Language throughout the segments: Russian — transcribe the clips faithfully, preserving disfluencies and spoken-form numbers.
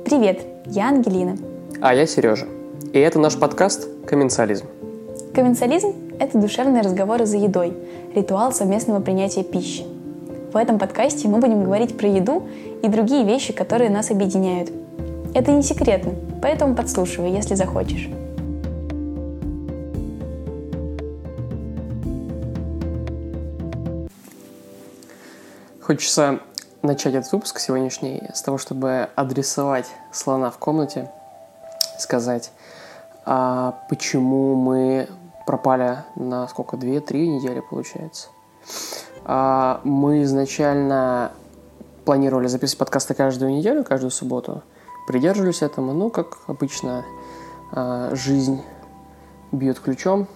Привет, я Ангелина. А я Сережа. И это наш подкаст «Комменциализм». Комменциализм – это душевные разговоры за едой, ритуал совместного принятия пищи. В этом подкасте мы будем говорить про еду и другие вещи, которые нас объединяют. Это не секретно, поэтому подслушивай, если захочешь. Хочется начать этот выпуск сегодняшний с того, чтобы адресовать слона в комнате, сказать, а почему мы пропали на сколько, две-три недели, получается. А мы изначально планировали записывать подкасты каждую неделю, каждую субботу, придерживались этому, ну, как обычно, жизнь бьет ключом,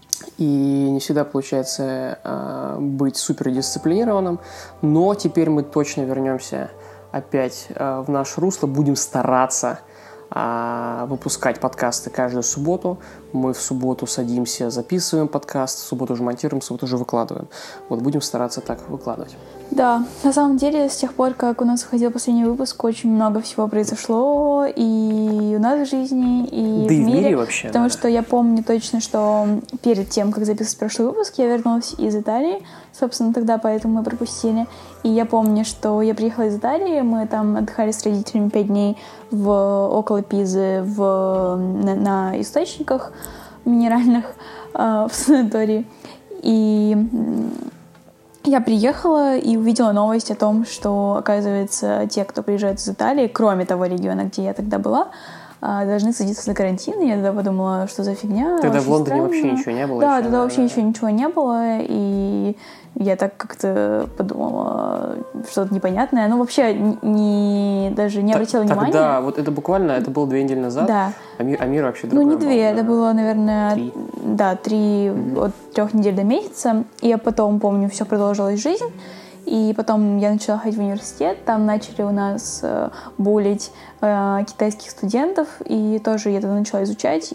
и не всегда получается э, быть супердисциплинированным, но теперь мы точно вернемся опять э, в наше русло, будем стараться э, выпускать подкасты каждую субботу. Мы в субботу садимся, записываем подкаст, в субботу уже монтируем, в субботу уже выкладываем. Вот будем стараться так выкладывать. Да, на самом деле, с тех пор, как у нас выходил последний выпуск, очень много всего произошло и у нас в жизни, и да в и мире. в мире вообще. Потому да. что я помню точно, что перед тем, как записывать прошлый выпуск, я вернулась из Италии. Собственно, тогда поэтому мы пропустили. И я помню, что я приехала из Италии, мы там отдыхали с родителями пять дней в, около Пизы в, на, на источниках минеральных э, в санатории. И я приехала и увидела новость о том, что, оказывается, те, кто приезжает из Италии, кроме того региона, где я тогда была, должны садиться за карантин. И я тогда подумала, что за фигня. Тогда в Лондоне странно. вообще ничего не было. Да, еще, тогда да, вообще да. ничего, ничего не было. И я так как-то подумала, что-то непонятное. Ну, вообще не, даже не обратила так, внимания. Да, вот это буквально, это было две недели назад. Да. А мир, а мир вообще другой. Ну, не две, был, да. это было, наверное, три. Да, три, mm-hmm. от трех недель до месяца. И я потом, помню, все продолжилась жизнь. И потом я начала ходить в университет, там начали у нас э, булить э, китайских студентов, и тоже я тогда начала изучать, и,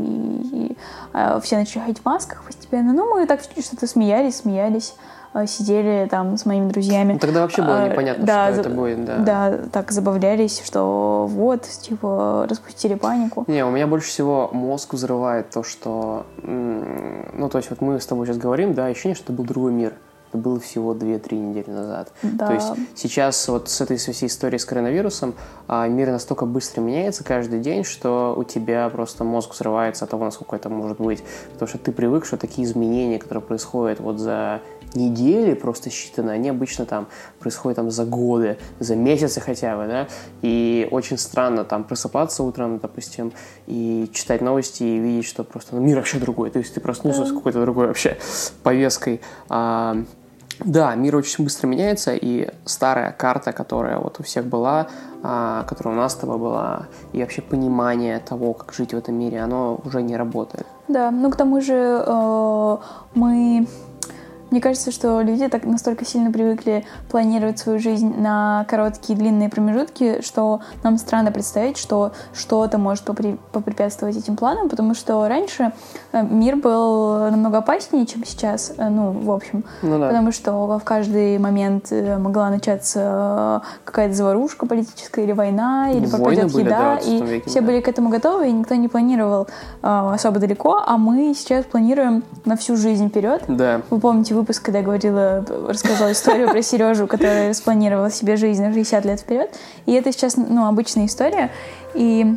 и э, все начали ходить в масках постепенно. Ну, мы так что-то смеялись, смеялись, э, сидели там с моими друзьями. Ну, тогда вообще было непонятно, э, да, что за, это будет. Да. да, так забавлялись, что вот, типа, распустили панику. Не, у меня больше всего мозг взрывает то, что... Ну, то есть вот мы с тобой сейчас говорим, да, ощущение, что это был другой мир. Это было всего две-три недели назад. Да. То есть сейчас вот с этой всей историей с коронавирусом мир настолько быстро меняется каждый день, что у тебя просто мозг взрывается от того, насколько это может быть. Потому что ты привык, что такие изменения, которые происходят вот за недели просто считанные, они обычно там происходят там за годы, за месяцы хотя бы, да, и очень странно там просыпаться утром, допустим, и читать новости и видеть, что просто ну, мир вообще другой, то есть ты проснулся с какой-то другой вообще повесткой. А, да, мир очень быстро меняется, и старая карта, которая вот у всех была, а, которая у нас с тобой была, и вообще понимание того, как жить в этом мире, оно уже не работает. Да, ну к тому же э, мы... Мне кажется, что люди так настолько сильно привыкли планировать свою жизнь на короткие длинные промежутки, что нам странно представить, что что-то может попри- попрепятствовать этим планам, потому что раньше мир был намного опаснее, чем сейчас, ну, в общем. Ну, да. Потому что в каждый момент могла начаться какая-то заварушка политическая или война, или пропадет были, еда, да, и веке, все да. были к этому готовы, и никто не планировал э, особо далеко, а мы сейчас планируем на всю жизнь вперед. Да. Вы помните выпуск, когда я говорила, рассказала историю про Сережу, который распланировал себе жизнь на шестьдесят лет вперед. И это сейчас, ну, обычная история. И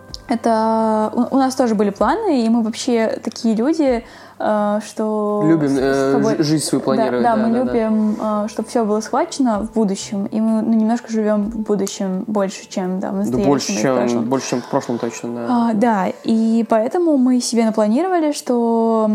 это... У, у нас тоже были планы, и мы вообще такие люди, э, что... Любим э, тобой... жизнь свою планировать. Да, да, да мы да, любим, да. Э, чтобы все было схвачено в будущем. И мы ну, немножко живем в будущем больше, чем да, в настоящем да, больше, и в чем, прошлом. больше, чем в прошлом точно, да. А, да, и поэтому мы себе напланировали, что...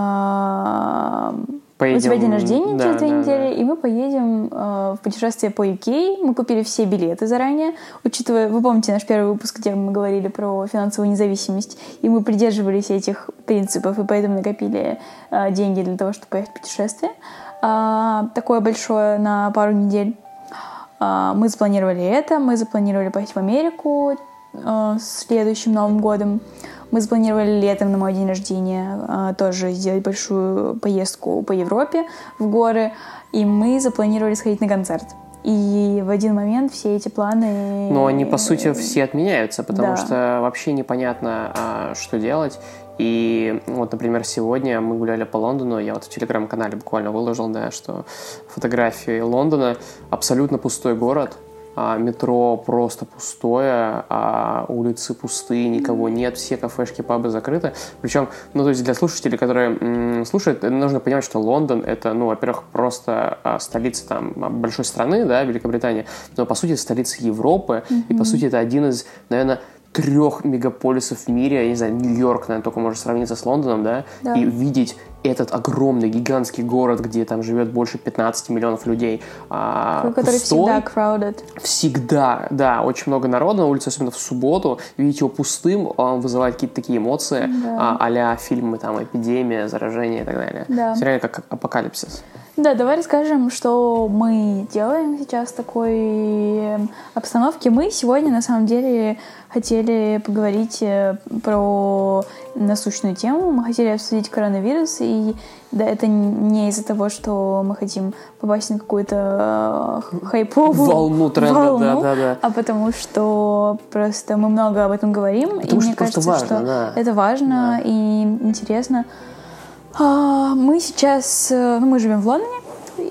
А, Поедем... У тебя день рождения да, через две да, недели, да. и мы поедем э, в путешествие по ю кей. Мы купили все билеты заранее, учитывая, вы помните наш первый выпуск, где мы говорили про финансовую независимость, и мы придерживались этих принципов, и поэтому накопили э, деньги для того, чтобы поехать в путешествие. Э, такое большое на пару недель. Э, мы запланировали это, мы запланировали поехать в Америку э, следующим Новым годом. Мы запланировали летом на мой день рождения э, тоже сделать большую поездку по Европе в горы, и мы запланировали сходить на концерт. и в один момент все эти планы... Но они, по сути, все отменяются, потому да. что вообще непонятно, что делать. И вот, например, сегодня мы гуляли по Лондону, я вот в телеграм-канале буквально выложил, да, что фотографии Лондона, абсолютно пустой город, а метро просто пустое, а улицы пустые, никого нет, все кафешки, пабы закрыты. Причем, ну, то есть для слушателей, которые м- слушают, нужно понимать, что Лондон — это, ну, во-первых, просто а, столица там большой страны, да, Великобритании, но, по сути, столица Европы, mm-hmm. и, по сути, это один из, наверное, трех мегаполисов в мире, я не знаю, Нью-Йорк, наверное, только может сравниться с Лондоном, да, да. и видеть этот огромный, гигантский город, где там живет больше пятнадцати миллионов людей. А, который пустой, всегда crowded. Всегда, да, очень много народа на улице, особенно в субботу. Видеть его пустым, он вызывает какие-то такие эмоции, да. а, а-ля фильмы, там, эпидемия, заражение и так далее. Да. Все реально как апокалипсис. Да, давай расскажем, что мы делаем сейчас в такой обстановке. Мы сегодня, на самом деле, хотели поговорить про насущную тему. Мы хотели обсудить коронавирус, и да, это не из-за того, что мы хотим попасть на какую-то хайповую волну тренда, волну, да, да, да. а потому что просто мы много об этом говорим, потому и что мне кажется, важно, что да. это важно да. и интересно. Мы сейчас, ну, мы живем в Лондоне,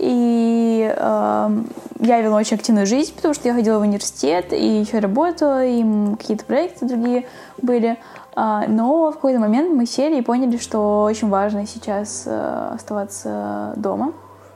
и э, я вела очень активную жизнь, потому что я ходила в университет, и еще работала, и какие-то проекты другие были. Uh, но в какой-то момент мы сели и поняли, что очень важно сейчас uh, оставаться дома.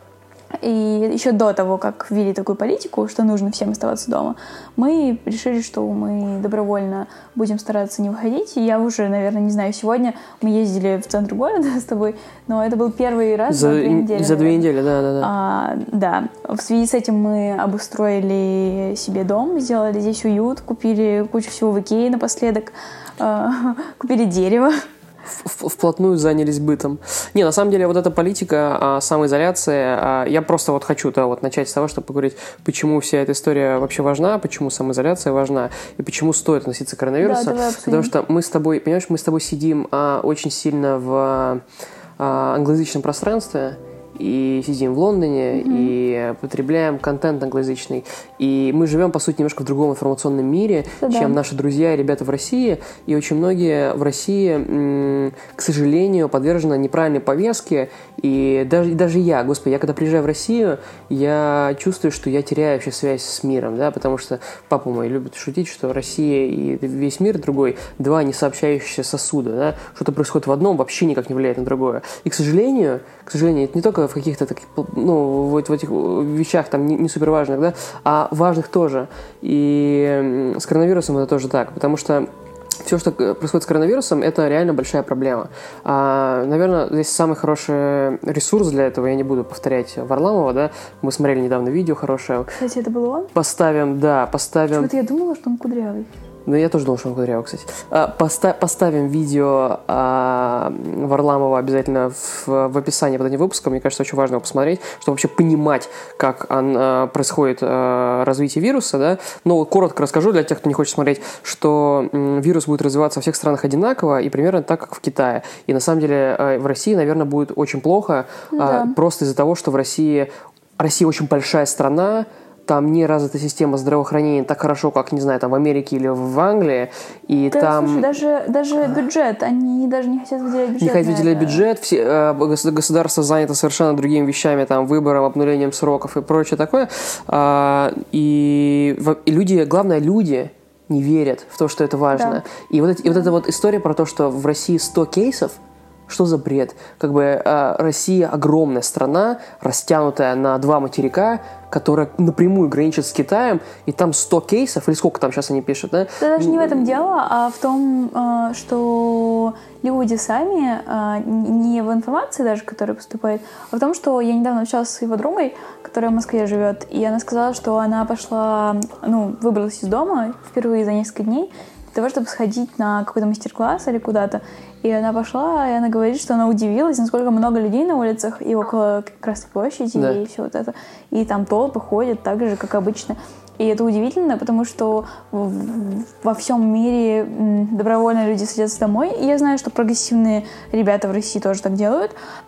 И еще до того, как ввели такую политику, что нужно всем оставаться дома, мы решили, что мы добровольно будем стараться не выходить. И я уже, наверное, не знаю, сегодня мы ездили в центр города с тобой, но это был первый раз за, за две недели. За две недели, да, да, да. А, да. В связи с этим мы обустроили себе дом, сделали здесь уют, купили кучу всего в Икее напоследок, а, купили дерево. Вплотную занялись бытом. Не, на самом деле, вот эта политика а, самоизоляции, а, я просто вот хочу да, вот начать с того, чтобы поговорить, почему вся эта история вообще важна, почему самоизоляция важна, и почему стоит относиться к коронавирусу. Да, потому что мы с тобой, понимаешь, мы с тобой сидим а, очень сильно в а, англоязычном пространстве, и сидим в Лондоне, mm-hmm. и потребляем контент англоязычный. И мы живем, по сути, немножко в другом информационном мире, да, чем да. наши друзья и ребята в России. И очень многие в России, к сожалению, подвержены неправильной повестке. И даже, и даже я, господи, я когда приезжаю в Россию, я чувствую, что я теряю вообще связь с миром, да, потому что папа мой любит шутить, что Россия и весь мир другой – два несообщающихся сосуда, да. Что-то происходит в одном, вообще никак не влияет на другое. И, к сожалению, к сожалению, это не только в каких-то таких, ну, вот в этих вещах там не, не супер важных, да, а важных тоже. И с коронавирусом это тоже так, потому что все, что происходит с коронавирусом, это реально большая проблема. А, наверное, здесь самый хороший ресурс для этого, я не буду повторять Варламова, да, мы смотрели недавно видео хорошее. Кстати, это был он? Поставим, да, поставим... Почему-то я думала, что он кудрявый. Ну, я тоже думал, что он кудрявый, кстати. Поста- поставим видео а, Варламова обязательно в, в описании под этим выпуском. Мне кажется, очень важно его посмотреть, чтобы вообще понимать, как он, а, происходит а, развитие вируса. Да? Но коротко расскажу для тех, кто не хочет смотреть, что м, вирус будет развиваться во всех странах одинаково и примерно так, как в Китае. И на самом деле а, в России, наверное, будет очень плохо, да. а, просто из-за того, что в России... Россия очень большая страна, там не развита система здравоохранения так хорошо, как, не знаю, там в Америке или в Англии, и да, там... Слушай, даже, даже бюджет, они даже не хотят выделять бюджет. Не хотят выделять бюджет, все, э, государство занято совершенно другими вещами, там, выбором, обнулением сроков и прочее такое, э, и, и люди, главное, люди не верят в то, что это важно. Да. И, вот, эти, и вот эта вот история про то, что в России сто кейсов, что за бред? Как бы э, Россия огромная страна, растянутая на два материка, которая напрямую граничит с Китаем, и там сто кейсов, или сколько там сейчас они пишут, да? Да даже не в этом дело, а в том, э, что люди сами, э, не в информации даже, которая поступает, а в том, что я недавно общалась с его подругой, которая в Москве живет, и она сказала, что она пошла, ну, выбралась из дома впервые за несколько дней, для того, чтобы сходить на какой-то мастер-класс или куда-то. И она пошла, и она говорит, что она удивилась, насколько много людей на улицах и около Красной площади, да. И все вот это. И там толпы ходят так же, как обычно. И это удивительно, потому что во всем мире добровольно люди садятся домой. И я знаю, что прогрессивные ребята в России тоже так делают.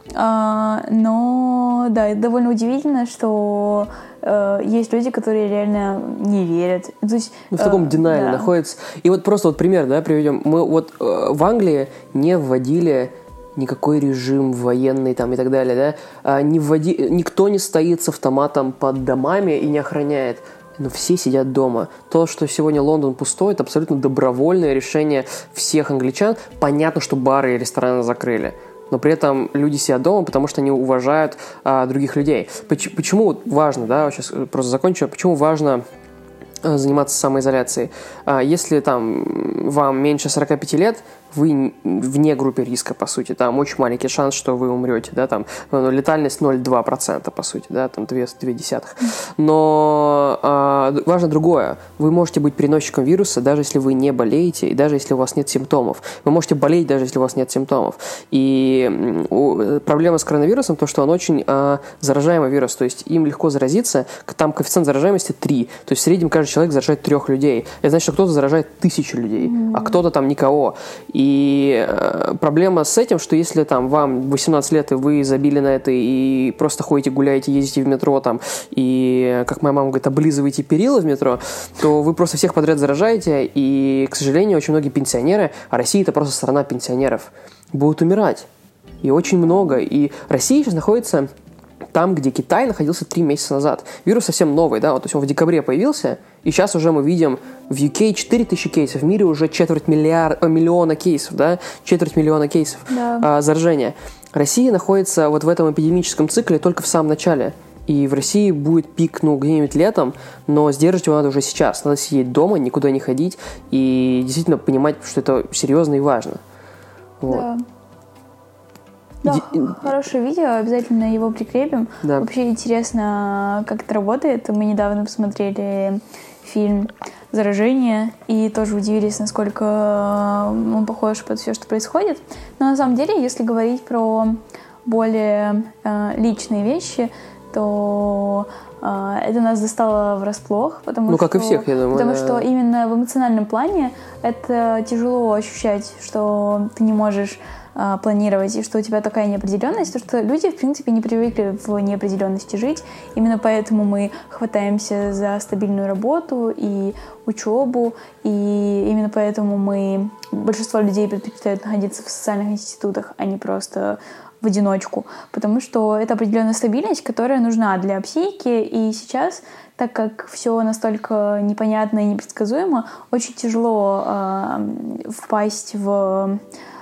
Но да, это довольно удивительно, что есть люди, которые реально не верят. То есть, ну, в таком динале да. находятся. И вот просто вот пример, да, приведем. Мы вот в Англии не вводили никакой режим военный там и так далее, да. Не вводи... Никто не стоит с автоматом под домами и не охраняет. Но все сидят дома. То, что сегодня Лондон пустой, это абсолютно добровольное решение всех англичан. Понятно, что бары и рестораны закрыли. Но при этом люди сидят дома, потому что они уважают а, других людей. Поч- почему важно, да, сейчас просто закончу, почему важно а, заниматься самоизоляцией? А, если там вам меньше сорок пять лет, вы вне группы риска, по сути. Там очень маленький шанс, что вы умрете, да, там ну, летальность ноль целых два десятых процента, по сути, да, там две десятых. Но а, важно другое. Вы можете быть переносчиком вируса, даже если вы не болеете, и даже если у вас нет симптомов. Вы можете болеть, даже если у вас нет симптомов. И у, проблема с коронавирусом, то, что он очень а, заражаемый вирус, то есть им легко заразиться, там коэффициент заражаемости три, то есть в среднем каждый человек заражает трех людей. Это значит, что кто-то заражает тысячу людей, mm-hmm. а кто-то там никого. И э, проблема с этим, что если там вам восемнадцать лет, и вы забили на это, и просто ходите, гуляете, ездите в метро, там, и, как моя мама говорит, облизываете перила в метро, то вы просто всех подряд заражаете, и, к сожалению, очень многие пенсионеры, а Россия это просто страна пенсионеров, будут умирать. И очень много. И Россия сейчас находится там, где Китай находился три месяца назад. Вирус совсем новый, да, вот, то есть он в декабре появился, и сейчас уже мы видим в ю кей четыре тысячи кейсов, в мире уже четверть миллиар, миллиона кейсов, да, четверть миллиона кейсов да. а, заражения. Россия находится вот в этом эпидемическом цикле только в самом начале. И в России будет пик, ну, где-нибудь летом, но сдерживать его надо уже сейчас. Надо сидеть дома, никуда не ходить и действительно понимать, что это серьезно и важно. Вот. Да. Да, хорошее видео, обязательно его прикрепим. Да. Вообще интересно, как это работает. Мы недавно посмотрели фильм «Заражение» и тоже удивились, насколько он похож под все, что происходит. Но на самом деле, если говорить про более э, личные вещи, то э, это нас застало врасплох. Потому ну, что, как и всех, я думаю. Потому да. что именно в эмоциональном плане это тяжело ощущать, что ты не можешь планировать, и что у тебя такая неопределенность, то что люди, в принципе, не привыкли в неопределенности жить. Именно поэтому мы хватаемся за стабильную работу и учебу, и именно поэтому мы, большинство людей предпочитают находиться в социальных институтах, а не просто в одиночку, потому что это определенная стабильность, которая нужна для психики, и сейчас, так как все настолько непонятно и непредсказуемо, очень тяжело э, впасть в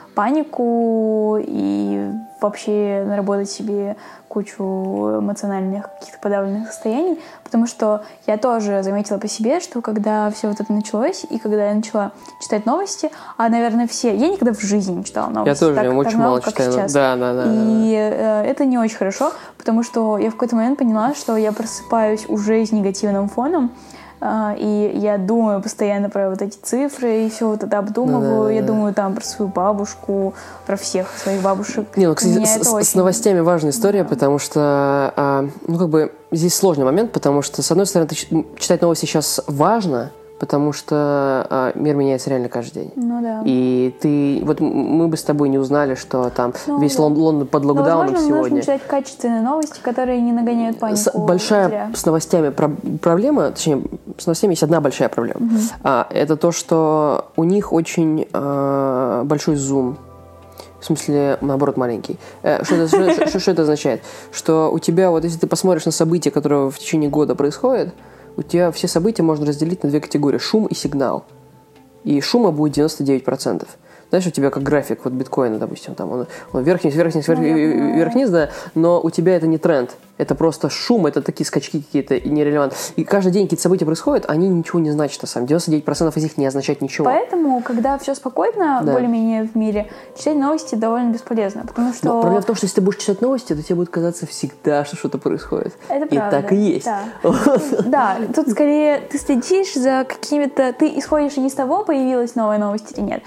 панику и вообще наработать себе кучу эмоциональных каких-то подавленных состояний, потому что я тоже заметила по себе, что когда все вот это началось, и когда я начала читать новости, а, наверное, все... Я никогда в жизни не читала новости. Я тоже, так, я очень так мало, мало как читаю. сейчас. Да, да, да. И да, да. Э, это не очень хорошо, потому что я в какой-то момент поняла, что я просыпаюсь уже с негативным фоном, и я думаю постоянно про вот эти цифры, и все вот это обдумываю. Да, я да. думаю там про свою бабушку, про всех своих бабушек. Не, ну, кстати, с, с, очень... с новостями важная история, да. потому что, а, ну, как бы, здесь сложный момент, потому что, с одной стороны, ты, читать новости сейчас важно, потому что а, мир меняется реально каждый день. Ну да. И ты... Вот мы бы с тобой не узнали, что там ну, весь да. Лондон под локдауном Но, возможно, сегодня. Нужно читать качественные новости, которые не нагоняют панику. С, большая зря. С новостями про- проблема, точнее, с новостями есть одна большая проблема. Угу. А, это то, что у них очень а, большой зум. В смысле, наоборот, маленький. Что это, что, что, что это означает? Что у тебя, вот если ты посмотришь на события, которые в течение года происходят, у тебя все события можно разделить на две категории – шум и сигнал. И шума будет девяносто девять процентов. Знаешь, у тебя как график вот биткоина, допустим, там он, он вверх-вниз, вверх-вниз, вверх-вниз, да, но у тебя это не тренд. Это просто шум, это такие скачки какие-то и нерелевантные. И каждый день какие-то события происходят, они ничего не значат, на самом деле. девяносто девять процентов из них не означает ничего. Поэтому, когда все спокойно, да. более-менее в мире, читать новости довольно бесполезно, потому что... Но проблема в том, что если ты будешь читать новости, то тебе будет казаться всегда, что что-то происходит. Это и правда. так и есть. Да. да, тут скорее ты следишь за какими-то... Ты исходишь не из того, появилась новая новость или нет,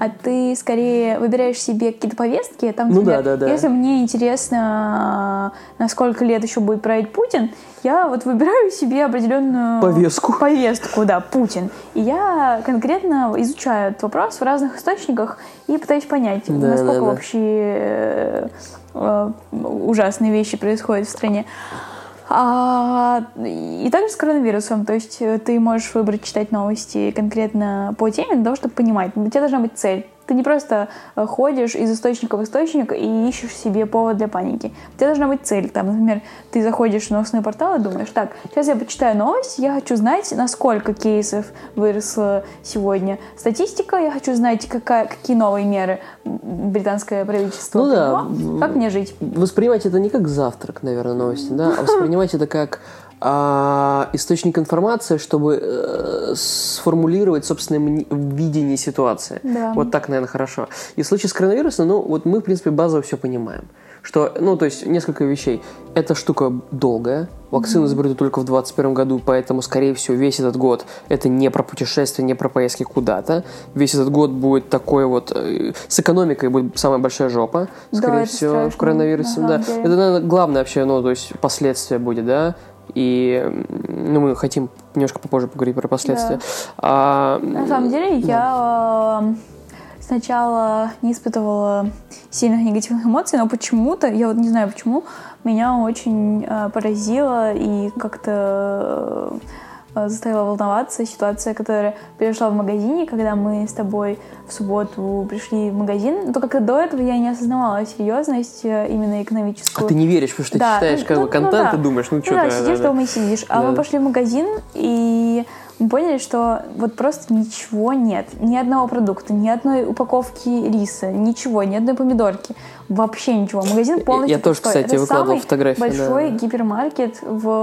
а ты скорее выбираешь себе какие-то повестки. Там, ну например, да, да, да. Если мне интересно, на сколько лет еще будет править Путин, я вот выбираю себе определенную повестку. Повестку, да, Путин. И я конкретно изучаю этот вопрос в разных источниках и пытаюсь понять, да, насколько да, да. вообще э, э, ужасные вещи происходят в стране. А, и также с коронавирусом. То есть ты можешь выбрать читать новости конкретно по теме для того, чтобы понимать. У тебя должна быть цель. Ты не просто ходишь из источника в источник и ищешь себе повод для паники. У тебя должна быть цель. Там, например, ты заходишь в новостной портал и думаешь, так, сейчас я почитаю новость, я хочу знать, насколько кейсов выросло сегодня. Статистика, я хочу знать, какая, какие новые меры британское правительство ну, приняло, да. как мне жить. Воспринимать это не как завтрак, наверное, новости, да, а воспринимать это как а, источник информации, чтобы э, сформулировать собственное видение ситуации. Да. Вот так, наверное, хорошо. И в случае с коронавирусом, ну, вот мы, в принципе, базово все понимаем. Что, ну, то есть, несколько вещей. Эта штука долгая. Вакцину изобретут только в двадцать первом году, поэтому, скорее всего, весь этот год это не про путешествие, не про поездки куда-то. Весь этот год будет такой вот... Э, с экономикой будет самая большая жопа, скорее да, всего, страшно, в коронавирусе. Да. Это, наверное, главное вообще, ну, то есть, последствия будет, да. И ну, мы хотим немножко попозже поговорить про последствия. Да. А, На самом деле, да. я сначала не испытывала сильных негативных эмоций, но почему-то, я вот не знаю почему, меня очень поразило и как-то заставила волноваться ситуация, которая произошла в магазине, когда мы с тобой в субботу пришли в магазин. Только как до этого я не осознавала серьезность именно экономическую. А ты не веришь, потому что да. ты читаешь как ну, бы контент ну, и думаешь, ну, ну что да, ты... сидишь да, дома и сидишь. А да. мы пошли в магазин, и мы поняли, что вот просто ничего нет. Ни одного продукта, ни одной упаковки риса, ничего, ни одной помидорки. Вообще ничего. Магазин полностью Я тоже, пустой. кстати, Это выкладывал самый фотографии. большой да. гипермаркет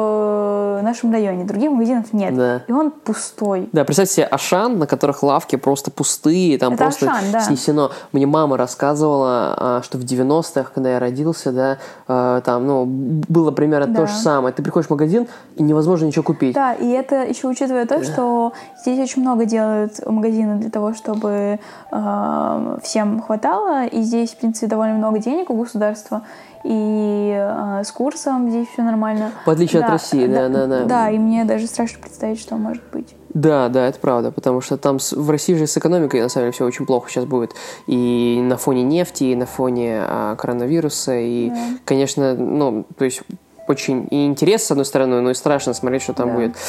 в нашем районе. Других магазинов нет. Да. И он пустой. Да, представьте себе Ашан, на которых лавки просто пустые, там Это просто Ашан, да. снесено. Мне мама рассказывала, что в девяностых, когда я родился, да, там, ну, было примерно да. то же самое. Ты приходишь в магазин, и невозможно ничего купить. Да, и это еще учитывая то, да. что здесь очень много делают магазины для того, чтобы э, всем хватало, и здесь, в принципе, довольно много денег у государства, и э, с курсом здесь все нормально. В отличие да, от России, да, да, да. Да, и мне даже страшно представить, что может быть. Да, да, это правда, потому что там с, в России же с экономикой, на самом деле, все очень плохо сейчас будет. И на фоне нефти, и на фоне а, коронавируса, и, да. конечно, ну, то есть... очень и интересно, с одной стороны, но и страшно смотреть, что там да. будет.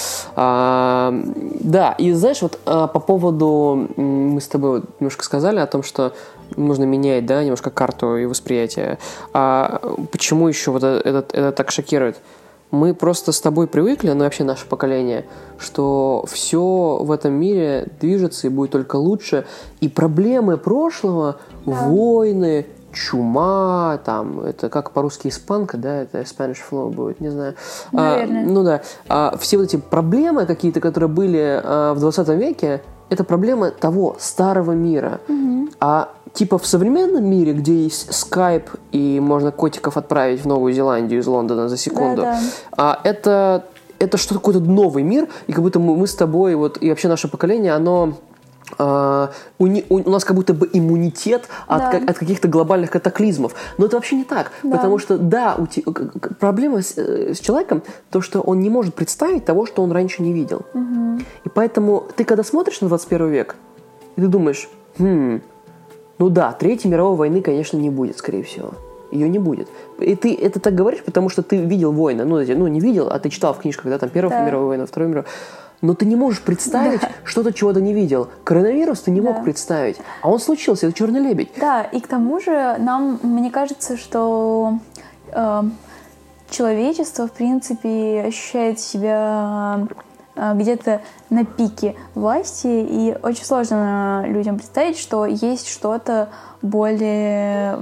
А, да, и знаешь, вот а, по поводу, мы с тобой вот немножко сказали о том, что нужно менять, да, немножко карту и восприятие. А почему еще вот это, это, это так шокирует? Мы просто с тобой привыкли, ну и вообще наше поколение, что все в этом мире движется и будет только лучше, и проблемы прошлого, да. войны, чума, там, это как по-русски испанка, да, это Spanish flu будет, не знаю. Наверное. А, ну да. А, все вот эти проблемы какие-то, которые были а, в двадцатом веке, это проблемы того старого мира. Угу. А типа в современном мире, где есть скайп и можно котиков отправить в Новую Зеландию из Лондона за секунду, да, да. А, это, это что-то какой-то новый мир, и как будто мы, мы с тобой, вот, и вообще наше поколение, оно... Uh, у, у, у нас как будто бы иммунитет от, да. как, от каких-то глобальных катаклизмов. Но это вообще не так. Да. Потому что, да, у те, проблема с, с человеком, то, что он не может представить того, что он раньше не видел. Угу. И поэтому ты, когда смотришь на двадцать первый век, и ты думаешь, хм, ну да, Третьей мировой войны, конечно, не будет, скорее всего. Ее не будет. И ты это так говоришь, потому что ты видел войны. Ну, ну не видел, а ты читал в книжках, да, там Первая да. мировая война, Вторая мировая. Но ты не можешь представить да. что-то, чего ты не видел. Коронавирус ты не да. мог представить. А он случился, это черный лебедь. Да, и к тому же нам, мне кажется, что э, человечество, в принципе, ощущает себя э, где-то на пике власти, и очень сложно людям представить, что есть что-то более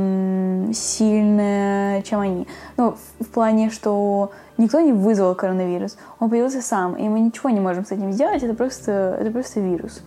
м, сильное, чем они. Ну, в, в плане, что никто не вызвал коронавирус, он появился сам, и мы ничего не можем с этим сделать, это просто, это просто вирус.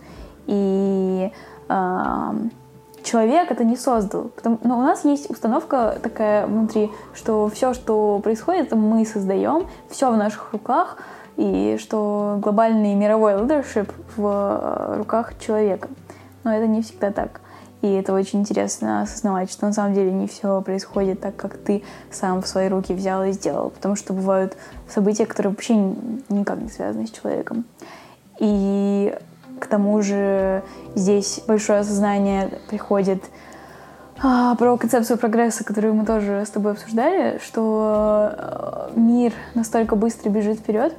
И э, человек это не создал. Потому, но у нас есть установка такая внутри, что все, что происходит, это мы создаем, все в наших руках, и что глобальный мировой leadership в руках человека. но это не всегда так. И это очень интересно осознавать, что на самом деле не все происходит так, как ты сам в свои руки взял и сделал. Потому что бывают события, которые вообще никак не связаны с человеком. И к тому же здесь большое осознание приходит а, про концепцию прогресса, которую мы тоже с тобой обсуждали, что мир настолько быстро бежит вперед,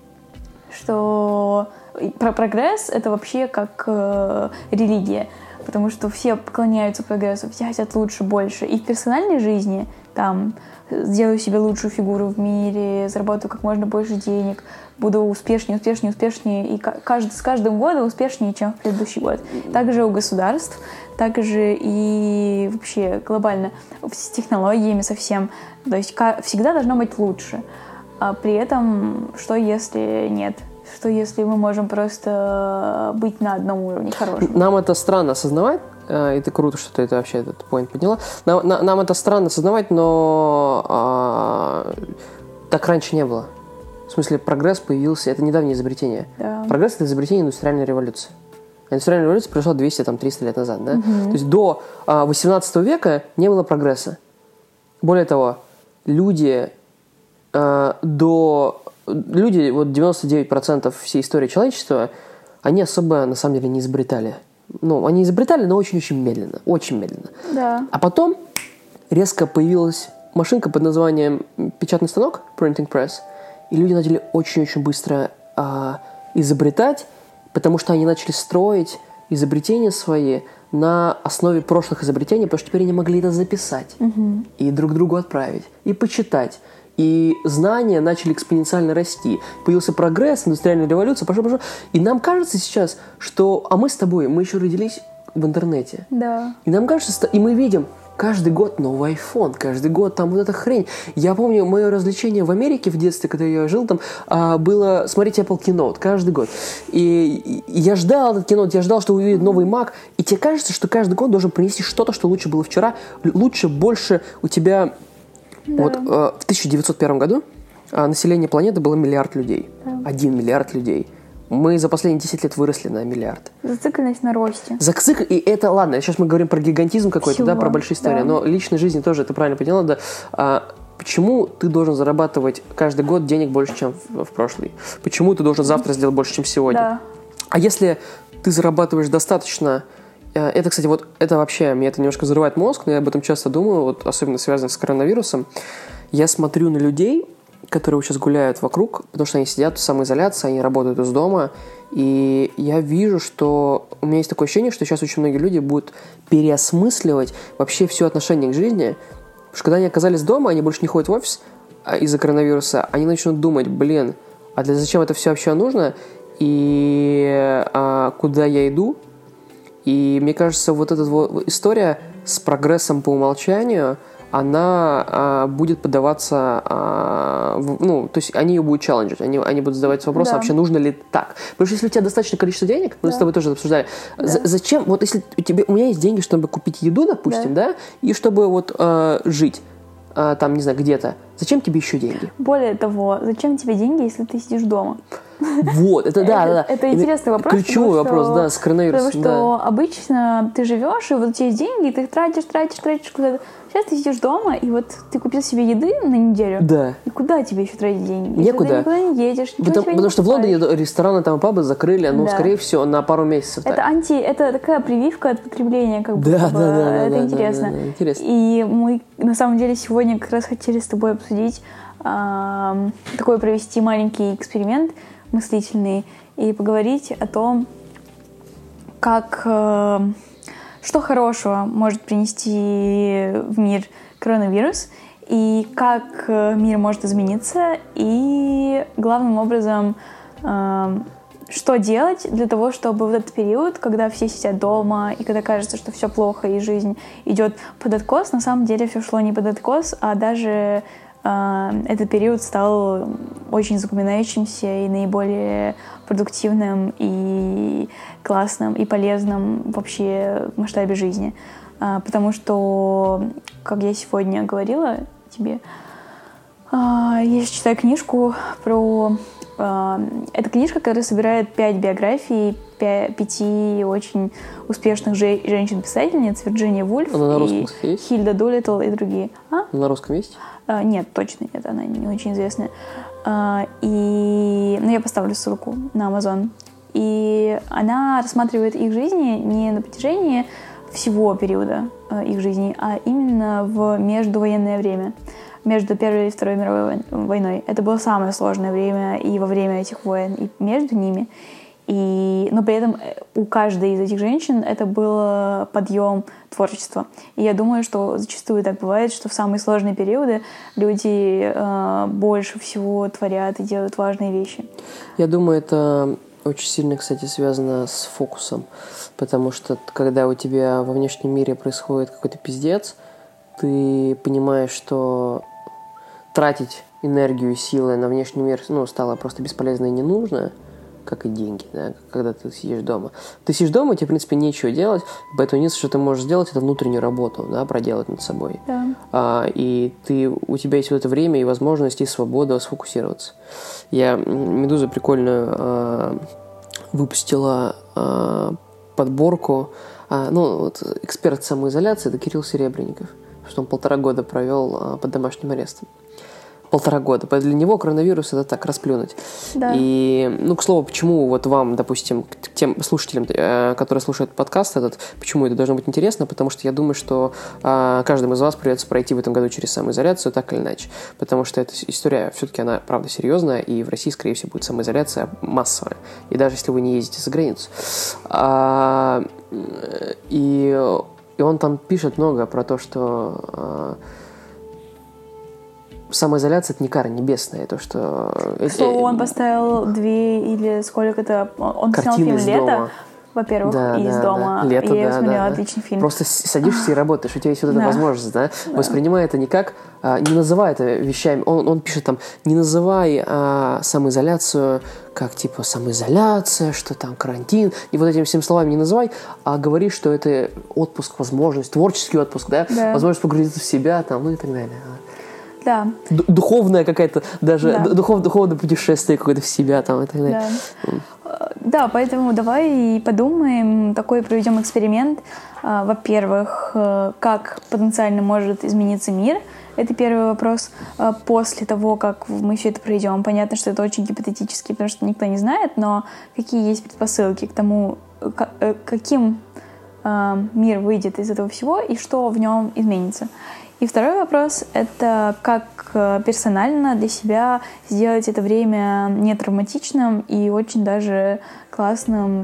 что про прогресс — это вообще как э, религия. Потому что все поклоняются прогрессу, все хотят лучше, больше. И в персональной жизни, там, сделаю себе лучшую фигуру в мире, заработаю как можно больше денег, буду успешнее, успешнее, успешнее, и каждый, с каждым годом успешнее, чем в предыдущий год. Также у государств, также и вообще глобально с технологиями совсем. То есть всегда должно быть лучше. А при этом, что если нет? Что если мы можем просто быть на одном уровне хорошем? Нам это странно осознавать, и это круто, что ты это вообще этот поинт подняла. Нам, нам это странно осознавать, но а, так раньше не было. В смысле, прогресс появился, это недавнее изобретение. Да. Прогресс — это изобретение индустриальной революции. Индустриальная революция произошла двести-триста лет назад. Да? Угу. То есть до а, восемнадцатого века не было прогресса. Более того, люди а, до... Люди, вот девяносто девять процентов всей истории человечества, они особо, на самом деле, не изобретали. Ну, они изобретали, но очень-очень медленно. Очень медленно. Да. А потом резко появилась машинка под названием печатный станок, printing press, и люди начали очень-очень быстро а, изобретать, потому что они начали строить изобретения свои на основе прошлых изобретений, потому что теперь они могли это записать угу. и друг другу отправить, и почитать. И знания начали экспоненциально расти. Появился прогресс, индустриальная революция, пошло, пошло. И нам кажется сейчас, что... А мы с тобой, мы еще родились в интернете. Да. И нам кажется, и мы видим каждый год новый iPhone, каждый год там вот эта хрень. Я помню, мое развлечение в Америке в детстве, когда я жил там, было смотреть Apple Keynote каждый год. И я ждал этот Keynote, я ждал, что увидит новый Mac. И тебе кажется, что каждый год должен принести что-то, что лучше было вчера. Лучше, больше у тебя... Да. Вот э, в тысяча девятьсот первом году э, население планеты было миллиард людей. Да. Один миллиард людей. Мы за последние десять лет выросли на миллиард. Зацикленность на росте. Зацикл... И это, ладно, сейчас мы говорим про гигантизм какой-то, Всего, да, про большие истории. да. Но личной жизни тоже, ты правильно поняла, да. А, почему ты должен зарабатывать каждый год денег больше, чем в, в прошлый? Почему ты должен завтра сделать больше, чем сегодня? Да. А если ты зарабатываешь достаточно... Это, кстати, вот это вообще, мне это немножко взрывает мозг, но я об этом часто думаю, вот особенно связано с коронавирусом. Я смотрю на людей, которые сейчас гуляют вокруг, потому что они сидят в самоизоляции, они работают из дома, и я вижу, что у меня есть такое ощущение, что сейчас очень многие люди будут переосмысливать вообще все отношение к жизни, потому что когда они оказались дома, они больше не ходят в офис из-за коронавируса, они начнут думать, блин, а для зачем это все вообще нужно, и а, куда я иду? И мне кажется, вот эта вот история с прогрессом по умолчанию, она а, будет поддаваться, а, в, ну, то есть они ее будут челленджить, они, они будут задавать вопрос, да. вообще нужно ли так. Потому что если у тебя достаточное количество денег, мы да. с тобой тоже это обсуждали, да. за, зачем, вот если у тебя, у меня есть деньги, чтобы купить еду, допустим, да, да и чтобы вот а, жить, а, там, не знаю, где-то, зачем тебе еще деньги? Более того, зачем тебе деньги, если ты сидишь дома? Вот, это да, это, да. Это интересный вопрос. Ключевой вопрос, что, да, с коронавирусом. Потому что да. обычно ты живешь, и вот у тебя есть деньги, и ты их тратишь, тратишь, тратишь куда-то. Сейчас ты сидишь дома, и вот ты купил себе еды на неделю. Да. И куда тебе еще тратить деньги? Некуда. Если ты никуда не едешь. Потому, потому что в Лондоне рестораны, там пабы закрыли, ну, да. скорее всего, на пару месяцев. Это так. анти, это такая прививка от потребления, как бы. Да, да, да, да. Это да, интересно. Да, да, да, интересно. И мы, на самом деле, сегодня как раз хотели с тобой обсудить, э, такой провести маленький эксперимент мыслительный и поговорить о том, как, э, что хорошего может принести в мир коронавирус, и как мир может измениться, и главным образом, э, что делать для того, чтобы в этот период, когда все сидят дома, и когда кажется, что все плохо, и жизнь идет под откос, на самом деле все шло не под откос, а даже этот период стал очень запоминающимся и наиболее продуктивным и классным и полезным вообще в масштабе жизни. Потому что, как я сегодня говорила тебе, я читаю книжку про Это книжка, которая собирает пять биографий пяти очень успешных женщин-писательниц: Вирджиния Вульф, и Хильда Дулиттл и другие. А? На русском есть? Нет, точно нет, она не очень известная. И... Ну, я поставлю ссылку на Amazon. И она рассматривает их жизни не на протяжении всего периода их жизни, а именно в междувоенное время, между Первой и Второй мировой войной. Это было самое сложное время и во время этих войн, и между ними. И, но при этом у каждой из этих женщин это был подъем творчества. И я думаю, что зачастую так бывает, что в самые сложные периоды люди э, больше всего творят и делают важные вещи. Я думаю, это очень сильно, кстати, связано с фокусом. Потому что когда у тебя во внешнем мире происходит какой-то пиздец, ты понимаешь, что тратить энергию и силы на внешний мир, ну, стало просто бесполезно и не нужно, как и деньги, да, когда ты сидишь дома. Ты сидишь дома, и тебе, в принципе, нечего делать, поэтому единственное, что ты можешь сделать, это внутреннюю работу, да, проделать над собой. Да. А, и ты, у тебя есть вот это время и возможность, и свобода сфокусироваться. Я «Медуза» прикольную а, выпустила а, подборку. А, ну, вот, эксперт самоизоляции — это Кирилл Серебренников, что он полтора года провел а, под домашним арестом. Полтора года. Для него коронавирус — это так, расплюнуть. Да. И, ну, к слову, почему вот вам, допустим, к тем слушателям, которые слушают подкаст этот, почему это должно быть интересно? Потому что я думаю, что а, каждому из вас придется пройти в этом году через самоизоляцию, так или иначе. Потому что эта история, все-таки она, правда, серьезная, и в России, скорее всего, будет самоизоляция массовая. И даже если вы не ездите за границу. А, и, и он там пишет много про то, что... А, самоизоляция — это не кара небесная, то, что... Что он поставил две или сколько-то... Он снял фильм «Лето», во-первых, да, из да, дома. Да. Лето, я да, смотрела да, отличный фильм. Просто садишься и работаешь, у тебя есть вот эта да. возможность, да? да. Воспринимай это не как... А, не называй это вещами... Он, он пишет там, не называй а, самоизоляцию как, типа, самоизоляция, что там карантин, и вот этими всеми словами не называй, а говори, что это отпуск, возможность, творческий отпуск, да? да. Возможность погрузиться в себя, там, ну и так далее. Да. Духовное какое-то, даже да. духов, духовное путешествие какое-то в себя там и так далее. Да. да, поэтому давай подумаем, такой проведем эксперимент. Во-первых, как потенциально может измениться мир. Это первый вопрос. После того, как мы все это пройдем, понятно, что это очень гипотетически, потому что никто не знает, но какие есть предпосылки к тому, каким мир выйдет из этого всего и что в нем изменится. И второй вопрос — это как персонально для себя сделать это время не травматичным и очень даже классным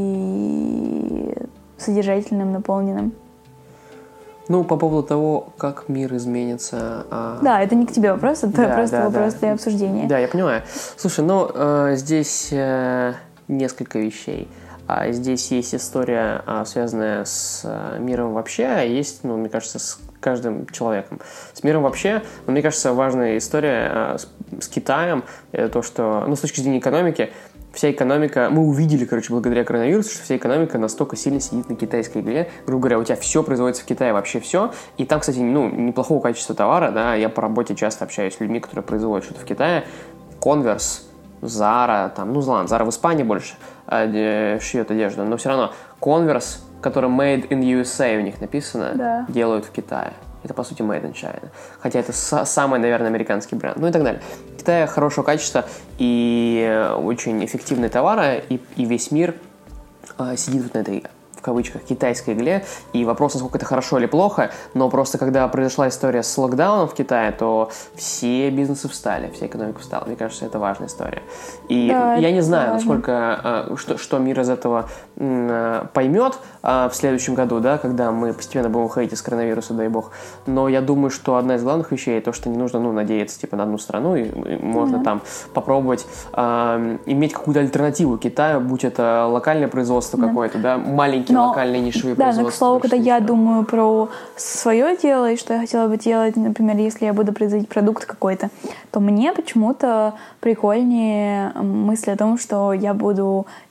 и содержательным, наполненным. Ну, по поводу того, как мир изменится... А... Да, это не к тебе вопрос, это да, просто да, вопрос да. для обсуждения. Да, я понимаю. Слушай, ну, э, здесь э, несколько вещей. А здесь есть история, связанная с миром вообще, а есть, ну, мне кажется, с каждым человеком. С миром вообще, ну, мне кажется, важная история с, с Китаем, то, что, ну, с точки зрения экономики, вся экономика, мы увидели, короче, благодаря коронавирусу, что вся экономика настолько сильно сидит на китайской игле. Грубо говоря, у тебя все производится в Китае, вообще все. И там, кстати, ну, неплохого качества товара, да, я по работе часто общаюсь с людьми, которые производят что-то в Китае. Converse, Zara, там, ну, ладно, Zara в Испании больше э, шьет одежду, но все равно Converse, который made in ю эс эй у них написано, да. делают в Китае. Это, по сути, made in China. Хотя это с- самый, наверное, американский бренд. Ну и так далее. В Китае хорошего качества и очень эффективные товары, и, и весь мир э, сидит вот на этой, в кавычках, китайской игле. И вопрос, насколько это хорошо или плохо, но просто когда произошла история с локдауном в Китае, то все бизнесы встали, вся экономика встала. Мне кажется, это важная история. И да, я не знаю, важно. насколько, что, что мир из этого поймет в следующем году, да, когда мы постепенно будем выходить из коронавируса, дай бог. Но я думаю, что одна из главных вещей то, что не нужно, ну, надеяться типа на одну страну, и можно mm-hmm. там попробовать э, иметь какую-то альтернативу Китаю, будь это локальное производство mm-hmm. какое-то, да, маленькие но, локальные нишевые да, производства. Да, но, к слову, когда я думаю про свое дело и что я хотела бы делать, например, если я буду производить продукт какой-то, то мне почему-то прикольнее мысль о том, что я буду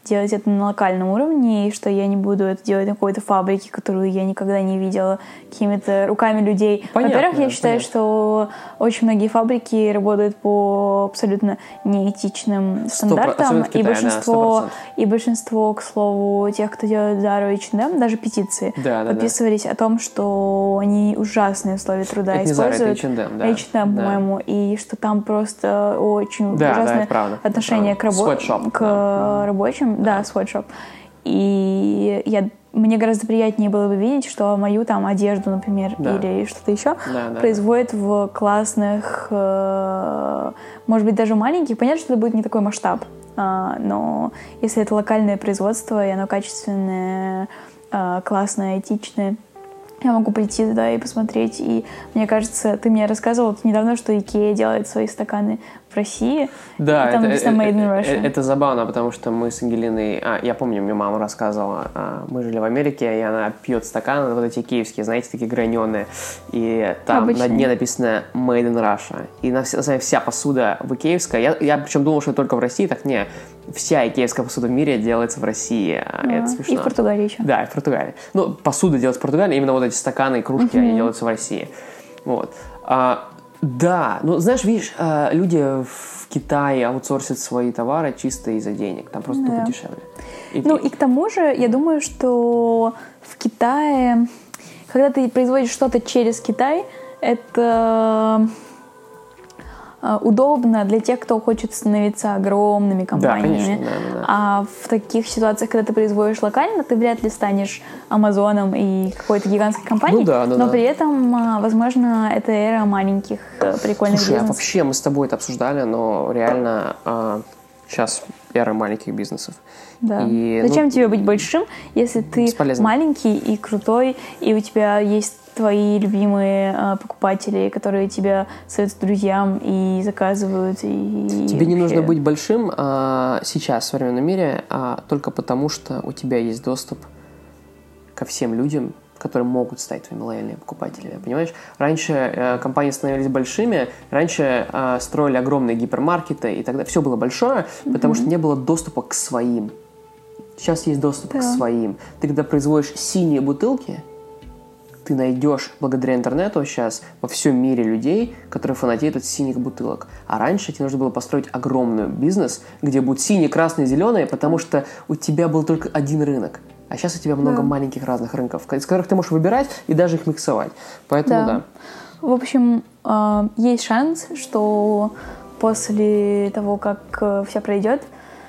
делать это на локальном уровне, и что я не буду это делать на какой-то фабрике, которую я никогда не видела, какими-то руками людей. Понятно, Во-первых, я считаю, понятно. что очень многие фабрики работают по абсолютно неэтичным стандартам, Китае, и большинство, да, и большинство, к слову, тех, кто делает Zara и эйч энд эм, даже петиции да, да, подписывались да. о том, что они ужасные условия труда это используют. Не Zara, это эйч энд эм, да. эйч энд эм, да. по-моему, и что там просто очень да, ужасное да, отношение к, рабо- к да. рабочим. Да, sweatshop. И я, мне гораздо приятнее было бы видеть, что мою там одежду, например, да. или что-то еще да, да, производят да. в классных, э, может быть, даже маленьких. Понятно, что это будет не такой масштаб, э, но если это локальное производство, и оно качественное, э, классное, этичное, я могу прийти туда и посмотреть. И мне кажется, ты мне рассказывал недавно, что Икея делает свои стаканы в России. Да, и там это, написано Made in это, Russia. это, это забавно, потому что мы с Ангелиной... А, я помню, мне мама рассказывала, а, мы жили в Америке, и она пьет стаканы, вот эти киевские, знаете, такие граненые, и там Обычные. на дне написано Made in Russia. И на, на самом деле вся посуда в икеевская. Я, я причем думал, что это только в России, так не. Вся икеевская посуда в мире делается в России. А, это смешно. И в Португалии еще. Да, и в Португалии. Ну, посуда делается в Португалии, именно вот эти стаканы и кружки, uh-huh. они делаются в России. Вот. А, да, ну, знаешь, видишь, люди в Китае аутсорсят свои товары чисто из-за денег. Там просто да. тупо дешевле. И, ну, и к тому же, я думаю, что в Китае, когда ты производишь что-то через Китай, это удобно для тех, кто хочет становиться огромными компаниями. Да, конечно, да, да. А в таких ситуациях, когда ты производишь локально, ты вряд ли станешь Амазоном и какой-то гигантской компанией. Ну, да, да, но да. при этом, возможно, это эра маленьких прикольных Слушай, бизнесов. а вообще мы с тобой это обсуждали, но реально а, сейчас эра маленьких бизнесов. Да. И, Зачем ну, тебе быть большим, если ты бесполезно. маленький и крутой, и у тебя есть твои любимые э, покупатели, которые тебя советуют друзьям и заказывают. И тебе не вообще... нужно быть большим а, сейчас в современном мире а, только потому, что у тебя есть доступ ко всем людям, которые могут стать твоими лояльными покупателями. Понимаешь? Раньше э, компании становились большими, раньше э, строили огромные гипермаркеты, и тогда все было большое, mm-hmm. потому что не было доступа к своим. Сейчас есть доступ да. к своим. Ты когда производишь синие бутылки, ты найдешь благодаря интернету сейчас во всем мире людей, которые фанатеют от синих бутылок. А раньше тебе нужно было построить огромный бизнес, где будут синие, красные, зеленые, потому что у тебя был только один рынок. А сейчас у тебя много да. маленьких разных рынков, из которых ты можешь выбирать и даже их миксовать. Поэтому да. да. В общем, есть шанс, что после того, как все пройдет,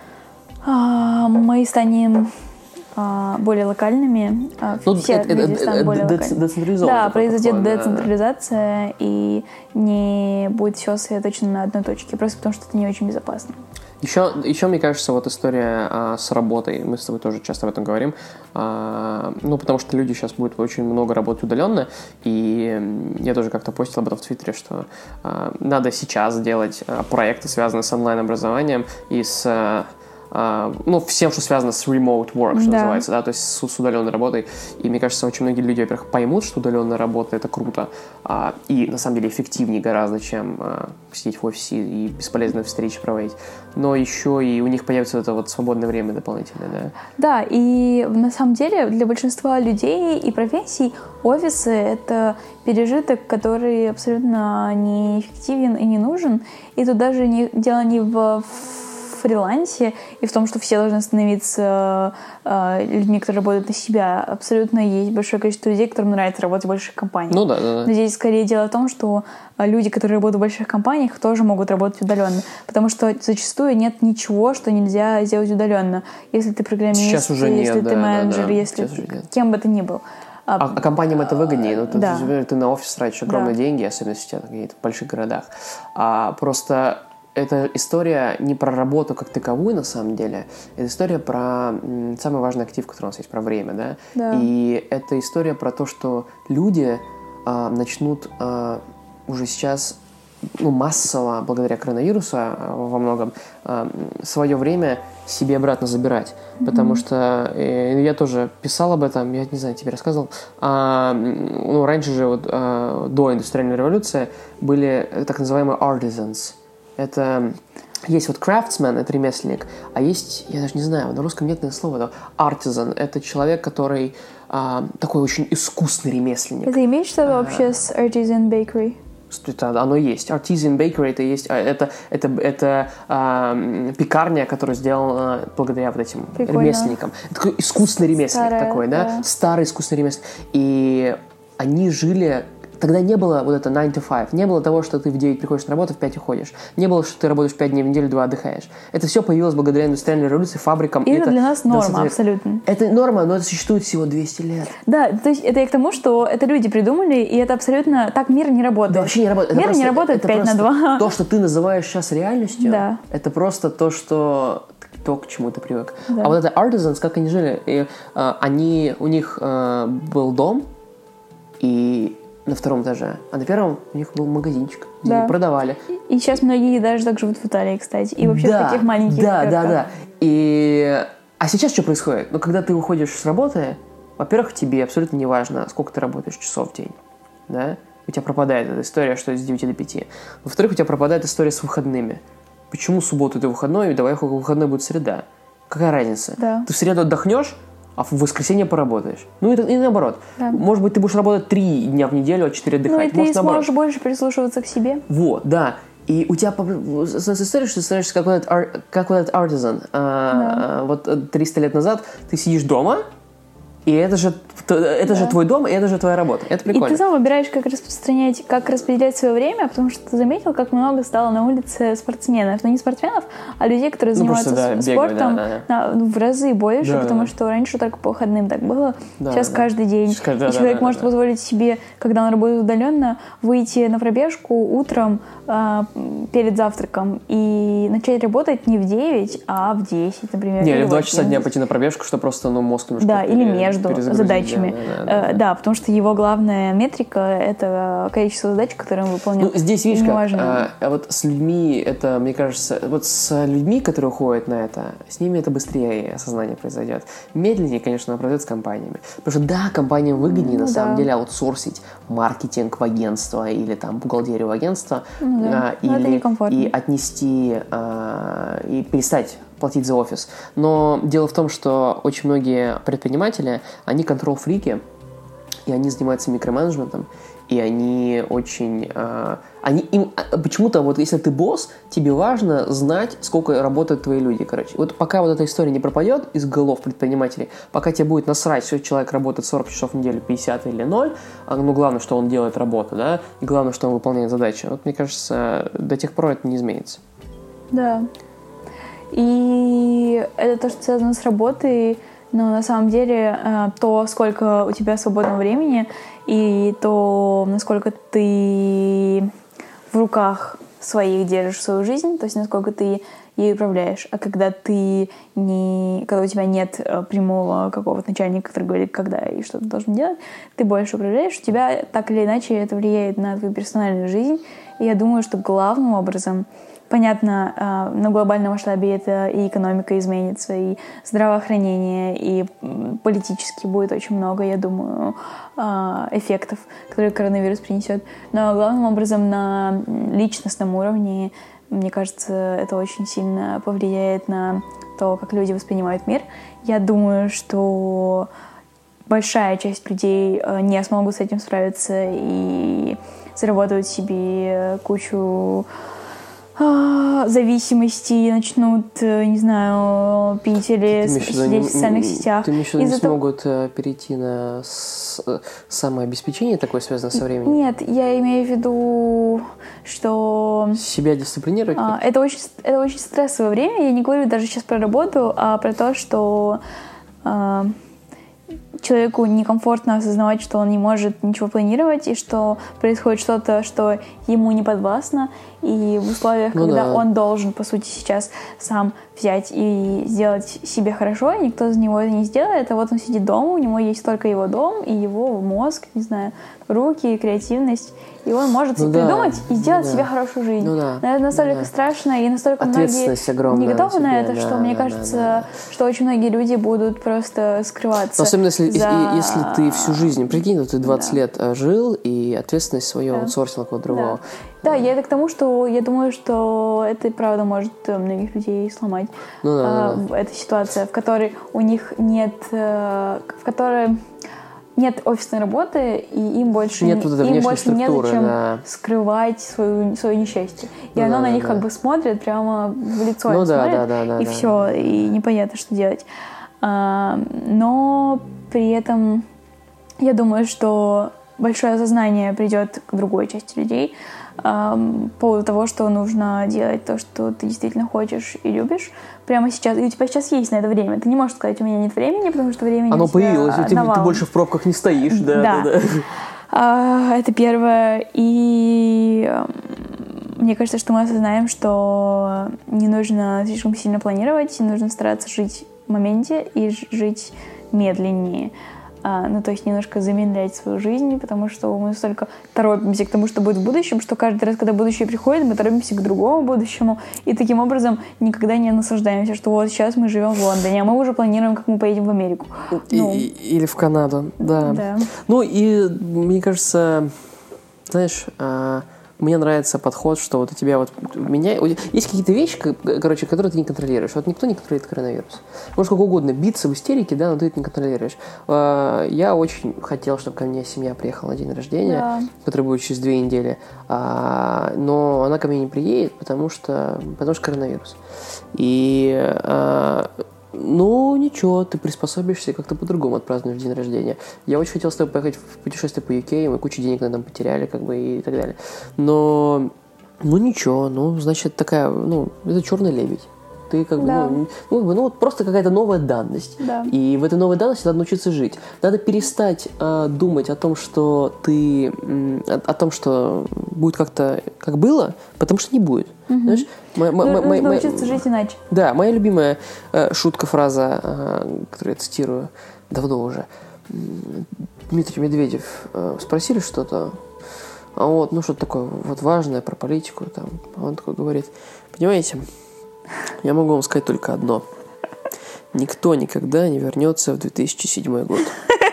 мы станем более локальными. Ну, все это, люди это, станут это, более это локальными. децентрализованно. Да, произойдет такое, децентрализация, да. и не будет все сосредоточено на одной точке, просто потому что это не очень безопасно. Еще, еще мне кажется, вот история а, с работой, мы с тобой тоже часто об этом говорим, а, ну, потому что люди сейчас будут очень много работать удаленно, и я тоже как-то постил об этом в Твиттере, что а, надо сейчас делать а, проекты, связанные с онлайн-образованием и с... А, Uh, ну, всем, что связано с remote work, что да. называется, да, то есть с, с удаленной работой. И мне кажется, очень многие люди, во-первых, поймут, что удаленная работа — это круто, uh, и на самом деле эффективнее гораздо, чем uh, сидеть в офисе и бесполезные встречи проводить. Но еще и у них появится это вот свободное время дополнительное, да. Да, и на самом деле для большинства людей и профессий офисы — это пережиток, который абсолютно неэффективен и не нужен. И тут даже не, дело не в фрилансе и в том, что все должны становиться э, людьми, которые работают на себя. Абсолютно есть большое количество людей, которым нравится работать в больших компаниях. Ну да, да, да. Но здесь скорее дело в том, что люди, которые работают в больших компаниях, тоже могут работать удаленно. Потому что зачастую нет ничего, что нельзя сделать удаленно. Если ты программист, Сейчас уже если нет, ты да, менеджер, да, да. если кем бы ты ни был. А, а компаниям это выгоднее. Ну, ты, да. ты, ты на офис тратишь огромные да. деньги, особенно сейчас в больших городах. А просто эта история не про работу как таковую, на самом деле. Это история про м, самый важный актив, который у нас есть, про время, да? Да. И это история про то, что люди а, начнут а, уже сейчас, ну, массово, благодаря коронавирусу а, во многом, а, свое время себе обратно забирать. Mm-hmm. Потому что э, я тоже писал об этом, я не знаю, тебе рассказывал. А, ну, раньше же, вот, а, до индустриальной революции, были так называемые artisans. Это есть вот craftsman, это ремесленник, а есть, я даже не знаю, на русском нет этого слова, да, artisan, это человек, который а, такой очень искусный ремесленник. Это имеет что-то а, вообще с artisan bakery? Это, оно есть. Artisan bakery это есть, это, это, это а, пекарня, которую сделана благодаря вот этим Прикольно. ремесленникам. Это такой искусный ремесленник Старая, такой, да? да? Старый искусный ремесленник. И они жили... Тогда не было вот это nine to five, не было того, что ты в девять приходишь на работу, в пять уходишь. Не было, что ты работаешь пять дней в неделю, два отдыхаешь. Это все появилось благодаря индустриальной революции, фабрикам. И, и это для нас норма, да, абсолютно. Это норма, но это существует всего двести лет. Да, то есть это и к тому, что это люди придумали, и это абсолютно... Так мир не работает. Да, вообще не работает. Мир не работает пять на два. То, что ты называешь сейчас реальностью, да. это просто то, что... то, к чему ты привык. Да. А вот это artisans, как они жили? И, а, они, у них а, был дом, и... на втором этаже, а на первом у них был магазинчик, где да. они продавали. И сейчас многие даже так живут в Италии, кстати, и вообще да, в таких маленьких Да, городках. да, да. И... А сейчас что происходит? Ну, когда ты уходишь с работы, во-первых, тебе абсолютно не важно, сколько ты работаешь часов в день, да? У тебя пропадает эта история, что с девяти до пяти. Во-вторых, у тебя пропадает история с выходными. Почему субботу ты выходной, и давай выходной будет среда? Какая разница? Да. Ты в среду отдохнешь, а в воскресенье поработаешь. Ну, и, и наоборот. Да. Может быть, ты будешь работать три дня в неделю, а четыре отдыхать. Ну, и ты Может, сможешь больше прислушиваться к себе. Вот, да. И у тебя история, что ты становишься как вот этот, как вот этот artisan. Да. А, вот триста лет назад ты сидишь дома, и это же, это да. же твой дом, и это же твоя работа. Это прикольно. И ты сам выбираешь, как распространять, как распределять свое время, потому что ты заметил, как много стало на улице спортсменов. Но не спортсменов, а людей, которые ну, занимаются просто, да, спортом бегают, да, да. На, в разы больше, да, потому да. что раньше только по выходным так было. Да, Сейчас да. каждый день. Сейчас, да, и человек да, может да, позволить да. себе, когда он работает удаленно, выйти на пробежку утром э, перед завтраком и начать работать не в девять, а в десять, например. Не, или в два часа дня пойти на пробежку, что просто ну, мозг немножко Да, или между задачами. Да, да, да, да. да, потому что его главная метрика — это количество задач, которые он выполнял. Ну, здесь, видишь, как, а, а вот с людьми это, мне кажется, вот с людьми, которые уходят на это, с ними это быстрее осознание произойдет. Медленнее, конечно, произойдет с компаниями. Потому что, да, компаниям выгоднее, ну, на да. самом деле, аутсорсить маркетинг в агентство или там бухгалтерию в агентство, ну, да. а, или, и отнести, а, и перестать платить за офис. Но дело в том, что очень многие предприниматели, они контрол-фрики, и они занимаются микроменеджментом, и они очень... Э, они им почему-то, вот если ты босс, тебе важно знать, сколько работают твои люди, короче. Вот пока вот эта история не пропадет из голов предпринимателей, пока тебе будет насрать, что человек работает сорок часов в неделю, пятьдесят или ноль, ну, главное, что он делает работу, да, и главное, что он выполняет задачи. Вот, мне кажется, до тех пор это не изменится. Да. И это то, что связано с работой, но на самом деле то, сколько у тебя свободного времени, и то, насколько ты в руках своих держишь свою жизнь, то есть насколько ты ей управляешь. А когда ты не, когда у тебя нет прямого какого-то начальника, который говорит, когда и что ты должен делать, ты больше управляешь, у тебя так или иначе это влияет на твою персональную жизнь. И я думаю, что главным образом, понятно, на глобальном масштабе это и экономика изменится, и здравоохранение, и политически будет очень много, я думаю, эффектов, которые коронавирус принесет. Но главным образом на личностном уровне, мне кажется, это очень сильно повлияет на то, как люди воспринимают мир. Я думаю, что большая часть людей не смогут с этим справиться и заработают себе кучу зависимости, начнут, не знаю, пить или сидеть в социальных сетях. Ты имеешь в виду, не смогут того... перейти на самообеспечение такое, связанное со временем? Нет, я имею в виду, что... Себя дисциплинировать? А, это, очень, это очень стрессовое время. Я не говорю даже сейчас про работу, а про то, что... А, человеку некомфортно осознавать, что он не может ничего планировать, и что происходит что-то, что ему не подвластно, и в условиях, ну когда да. он должен, по сути, сейчас сам взять и сделать себе хорошо, и никто за него это не сделает, а вот он сидит дома, у него есть только его дом, и его мозг, не знаю, руки, креативность, и он может ну себе да. придумать и сделать ну себе да. хорошую жизнь. Ну да. Но это настолько да. страшно, и настолько многие не готовы на это, да, что да, мне да, кажется, да, да. что очень многие люди будут просто скрываться. Особенно если, за... и- если ты всю жизнь, прикинь, вот ты двадцать Да. лет э, жил, и ответственность свою Да. аутсорсил кого-то другого. Да. Да, я это к тому, что я думаю, что это и правда может э, многих людей сломать. Ну да, А, да, да. Эта ситуация, в которой у них нет, э, в которой нет офисной работы, и им больше, Нет вот этой им внешней больше структуры, незачем да. скрывать свою, свое несчастье. И Ну оно да, на них да. как бы смотрит прямо в лицо. Ну им да, смотрит, да, да, да, и да. все, и непонятно, что делать. А, но при этом я думаю, что большое осознание придет к другой части людей а, по поводу того, что нужно делать то, что ты действительно хочешь и любишь прямо сейчас. И у тебя сейчас есть на это время. Ты не можешь сказать, у меня нет времени, потому что времени Оно у тебя появилось, и ты, ты навалом. больше в пробках не стоишь, да, Да. да, да. А, это первое. И м, мне кажется, что мы осознаем, что не нужно слишком сильно планировать, нужно стараться жить в моменте и ж- жить медленнее. А, ну, то есть немножко замедлять свою жизнь, потому что мы столько торопимся к тому, что будет в будущем, что каждый раз, когда будущее приходит, мы торопимся к другому будущему, и таким образом никогда не наслаждаемся, что вот сейчас мы живем в Лондоне, а мы уже планируем, как мы поедем в Америку. И- Ну, и- или в Канаду, да. да. Ну и мне кажется, знаешь, а, мне нравится подход, что вот у тебя вот у меня у- есть какие-то вещи, к- короче, которые ты не контролируешь. Вот никто не контролирует коронавирус. Можешь как угодно биться в истерике, да, но ты это не контролируешь. А, Я очень хотел, чтобы ко мне семья приехала на день рождения, Да. который будет через две недели, А, но она ко мне не приедет, потому что потому что коронавирус. И а, ну, ничего, ты приспособишься и как-то по-другому отпразднуешь день рождения. Я очень хотел с тобой поехать в путешествие по ю кей, мы кучу денег на этом потеряли, как бы, и так далее. Но, ну, ничего, ну, значит, такая, ну, это черный лебедь. Ты как бы, Да. ну, ну, как бы, ну, вот просто какая-то новая данность. Да. И в этой новой данности надо научиться жить. Надо перестать э, думать о том, что ты, м, о, о том, что будет как-то, как было, потому что не будет. Знаешь, моя- моя- Нужно моя- моя- научиться жить иначе. да, моя любимая э, шутка, фраза, э, которую я цитирую давно уже. М, Дмитрий Медведев э, спросили что-то, а вот, ну, что-то такое вот важное про политику, там, а он такой говорит, понимаете, я могу вам сказать только одно. Никто никогда не вернется в две тысячи седьмой год.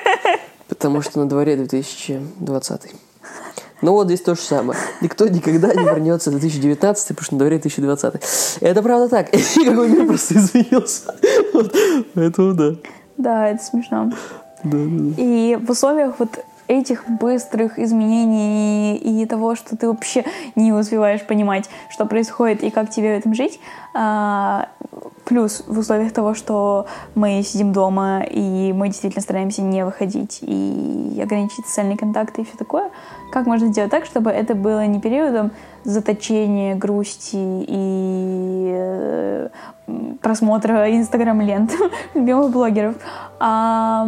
Потому что на дворе две тысячи двадцатый. Ну вот здесь то же самое. Никто никогда не вернется в две тысячи девятнадцатый, потому что на дворе две тысячи двадцатый. Это правда так. И какой мир просто изменился. Вот. Поэтому да. Да, это смешно. Да, да, да. И в условиях вот этих быстрых изменений и того, что ты вообще не успеваешь понимать, что происходит и как тебе в этом жить, а, плюс в условиях того, что мы сидим дома и мы действительно стараемся не выходить и ограничить социальные контакты и все такое, как можно сделать так, чтобы это было не периодом заточения, грусти и э, просмотра инстаграм-лент любимых блогеров, а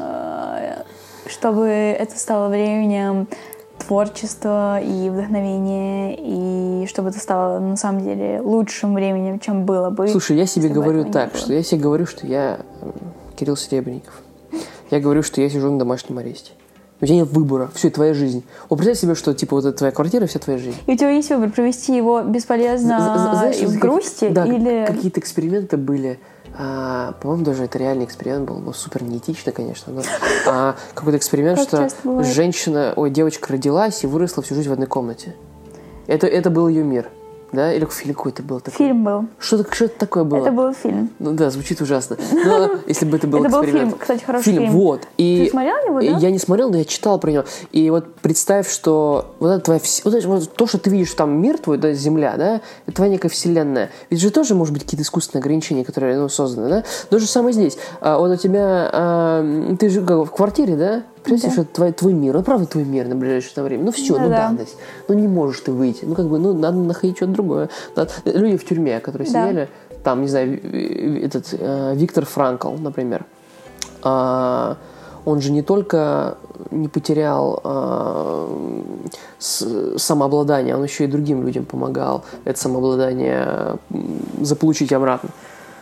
э, чтобы это стало временем творчества и вдохновения, и чтобы это стало на самом деле лучшим временем, чем было бы. Слушай, я себе если бы говорю этого не так, было. что я себе говорю, что я э, Кирилл Серебренников. Я говорю, что я сижу на домашнем аресте. У тебя нет выбора. Все, это твоя жизнь. Вот представь себе, что типа вот это твоя квартира, вся твоя жизнь. И у тебя есть выбор, провести его бесполезно З- знаешь, и в как- грусти, да, или... какие-то эксперименты были. а, по-моему, даже это реальный эксперимент был. Ну, супер неэтично, конечно. Но, а, какой-то эксперимент, Как что часто бывает. женщина, ой, девочка родилась и выросла всю жизнь в одной комнате. Это, это был ее мир. Да? Или фильм какой-то был такой. Фильм был. Что-то, что-то такое было. Это был фильм. Ну да, звучит ужасно. Но если бы это был Это был эксперимент. фильм, кстати, хороший фильм. Вот. И Ты смотрел его, да? Я не смотрел, но я читал про него. И вот представь, что вот это твоя вс- вот это вот то, что ты видишь там мир твой, да, Земля, да, это твоя некая вселенная. Ведь же тоже может быть какие-то искусственные ограничения, которые, ну, созданы, да? То же самое здесь. А, вот у тебя, а, ты же как, в квартире, да? Представляешь, Да. это твой, твой мир, ну, правда, твой мир на ближайшее время. Ну, все, ну, Да-да. данность. Ну, не можешь ты выйти. Ну, как бы, ну, надо находить что-то другое. Надо- Люди в тюрьме, которые Да. сидели, там, не знаю, ви- этот э, Виктор Франкл, например, А, он же не только не потерял а, с- самообладание, он еще и другим людям помогал это самообладание м, заполучить обратно.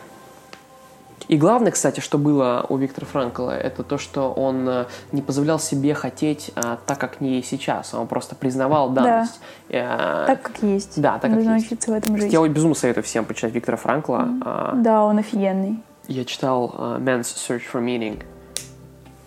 И главное, кстати, что было у Виктора Франкла, это то, что он э, не позволял себе хотеть а, так, как не есть сейчас. Он просто признавал данность. Э, Так, как есть. Да, так, как Нужно есть. учиться в этом жить. Я вот безумно советую всем почитать Виктора Франкла. А, Да, он офигенный. Я читал а, Man's Search for Meaning.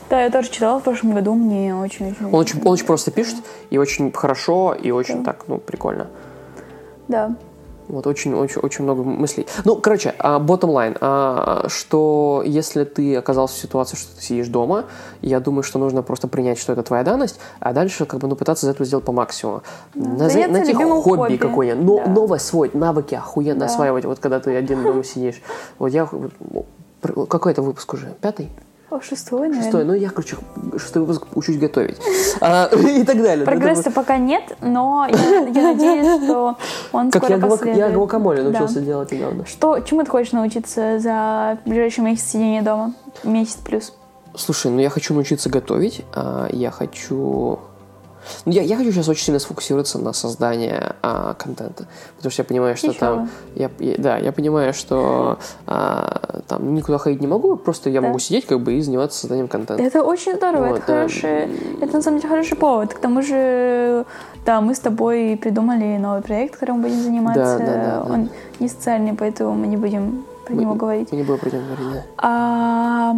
Да, я тоже читала в прошлом году, мне очень-очень... Он очень, он очень просто пишет, и очень хорошо, и очень да. так, ну, прикольно. Да. Вот, очень-очень-очень много мыслей. Ну, короче, bottom line, что если ты оказался в ситуации, что ты сидишь дома, я думаю, что нужно просто принять, что это твоя данность, а дальше как бы, ну, пытаться из этого сделать по максимуму. Да. Найти, найти хобби, хобби. какое-нибудь, но, да. новое освоить, навыки охуенно да. осваивать, вот когда ты один дома сидишь. Вот я... Какой это выпуск уже? Пятый? О, шестой, наверное. Шестой, ну я, короче, шестой выпуск учусь готовить. а, и так далее. Прогресса пока нет, но я, я надеюсь, что он как скоро я последует. Я гуакамоле научился да. делать недавно. Что, чему ты хочешь научиться за ближайший месяц сидения дома? Месяц плюс. Слушай, ну я хочу научиться готовить, а я хочу... Ну, я, я хочу сейчас очень сильно сфокусироваться на создании а, контента, потому что я понимаю, что Еще. там... Я, я, да, я понимаю, что а, там никуда ходить не могу, просто я да. могу сидеть как бы и заниматься созданием контента. Это очень здорово, вот, это хороший... Да. Это на самом деле хороший повод. К тому же, да, мы с тобой придумали новый проект, которым мы будем заниматься. Да, да, да, Он да. не социальный, поэтому мы не будем про мы, него говорить. Мы не будем про него говорить, да. А...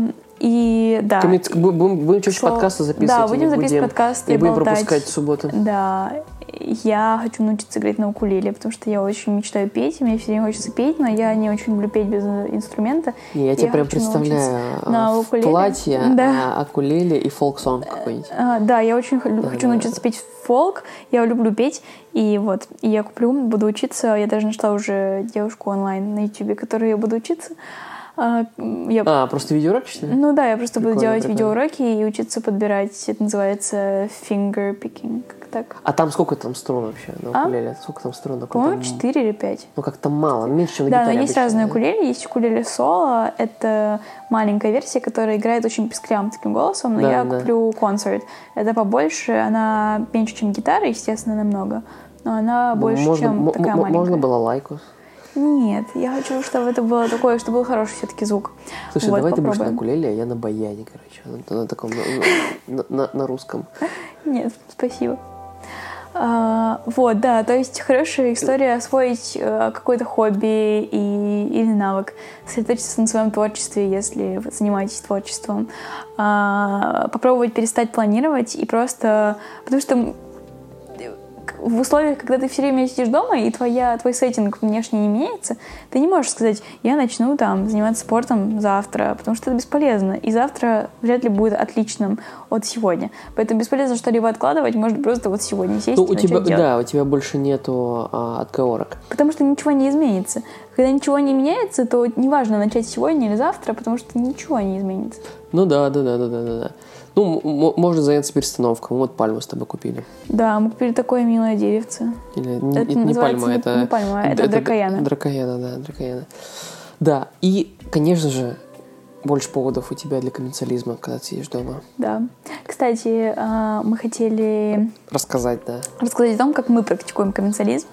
И да. Будем, будем чаще Что... подкасты записывать. Да, будем записывать подкасты и и будем болтать. пропускать в субботу. Да. Я хочу научиться играть на укулеле, потому что я очень мечтаю петь, и мне все время хочется петь, но я не очень люблю петь без инструмента. Не, я, я тебе прям представляю на в укулеле. Платье, да. укулеле и фолк-сонг какой-нибудь. А, да, я очень да, хочу да, научиться да. петь фолк, я люблю петь, и вот, и я куплю, буду учиться, я даже нашла уже девушку онлайн на ютубе, которой я буду учиться. Я... А, просто видеоуроки, что ли? Ну да, я просто прикольно, буду делать прикольно. видеоуроки и учиться подбирать, это называется finger picking, как так. А там сколько там струн вообще на укулеле? А? Сколько там струн? По-моему, четыре или пять. Ну как-то мало, меньше, чем на да, гитаре. Да, но есть обычно, разные да? укулеле, есть укулеле соло, это маленькая версия, которая играет очень писклявым таким голосом, но да, я да. куплю концерт. Это побольше, она меньше, чем гитара, естественно, намного, но она больше, можно, чем м- такая м- маленькая. Можно было лайкус? Нет, я хочу, чтобы это было такое, чтобы был хороший все-таки звук. Слушай, вот, давай попробуем. ты будешь на укулеле, а я на баяне, короче, на, на таком, на, на, на русском. Нет, спасибо. А, вот, да, то есть хорошая история освоить а, какое-то хобби и, или навык, сосредоточиться на своем творчестве, если вы занимаетесь творчеством, а, попробовать перестать планировать и просто... Потому что в условиях, когда ты все время сидишь дома, и твоя, твой сеттинг внешне не меняется, ты не можешь сказать, я начну там заниматься спортом завтра, потому что это бесполезно. И завтра вряд ли будет отличным от сегодня. Поэтому бесполезно что-либо откладывать, можно просто вот сегодня сесть ну, и у начать тебя, делать. Да, у тебя больше нету а, отговорок. Потому что ничего не изменится. Когда ничего не меняется, то неважно начать сегодня или завтра, потому что ничего не изменится. Ну да, да, да, да, да, да. Ну, м- можно заняться перестановкой. Вот пальму с тобой купили. Да, мы купили такое милое деревце. Или, это не, не пальма, не, это... Не пальма, это, это дракояна. Дракояна, да, дракояна. Да, и, конечно же, больше поводов у тебя для комменциализма, когда ты сидишь дома. Да. Кстати, мы хотели... Рассказать, да. Рассказать о том, как мы практикуем комменциализм.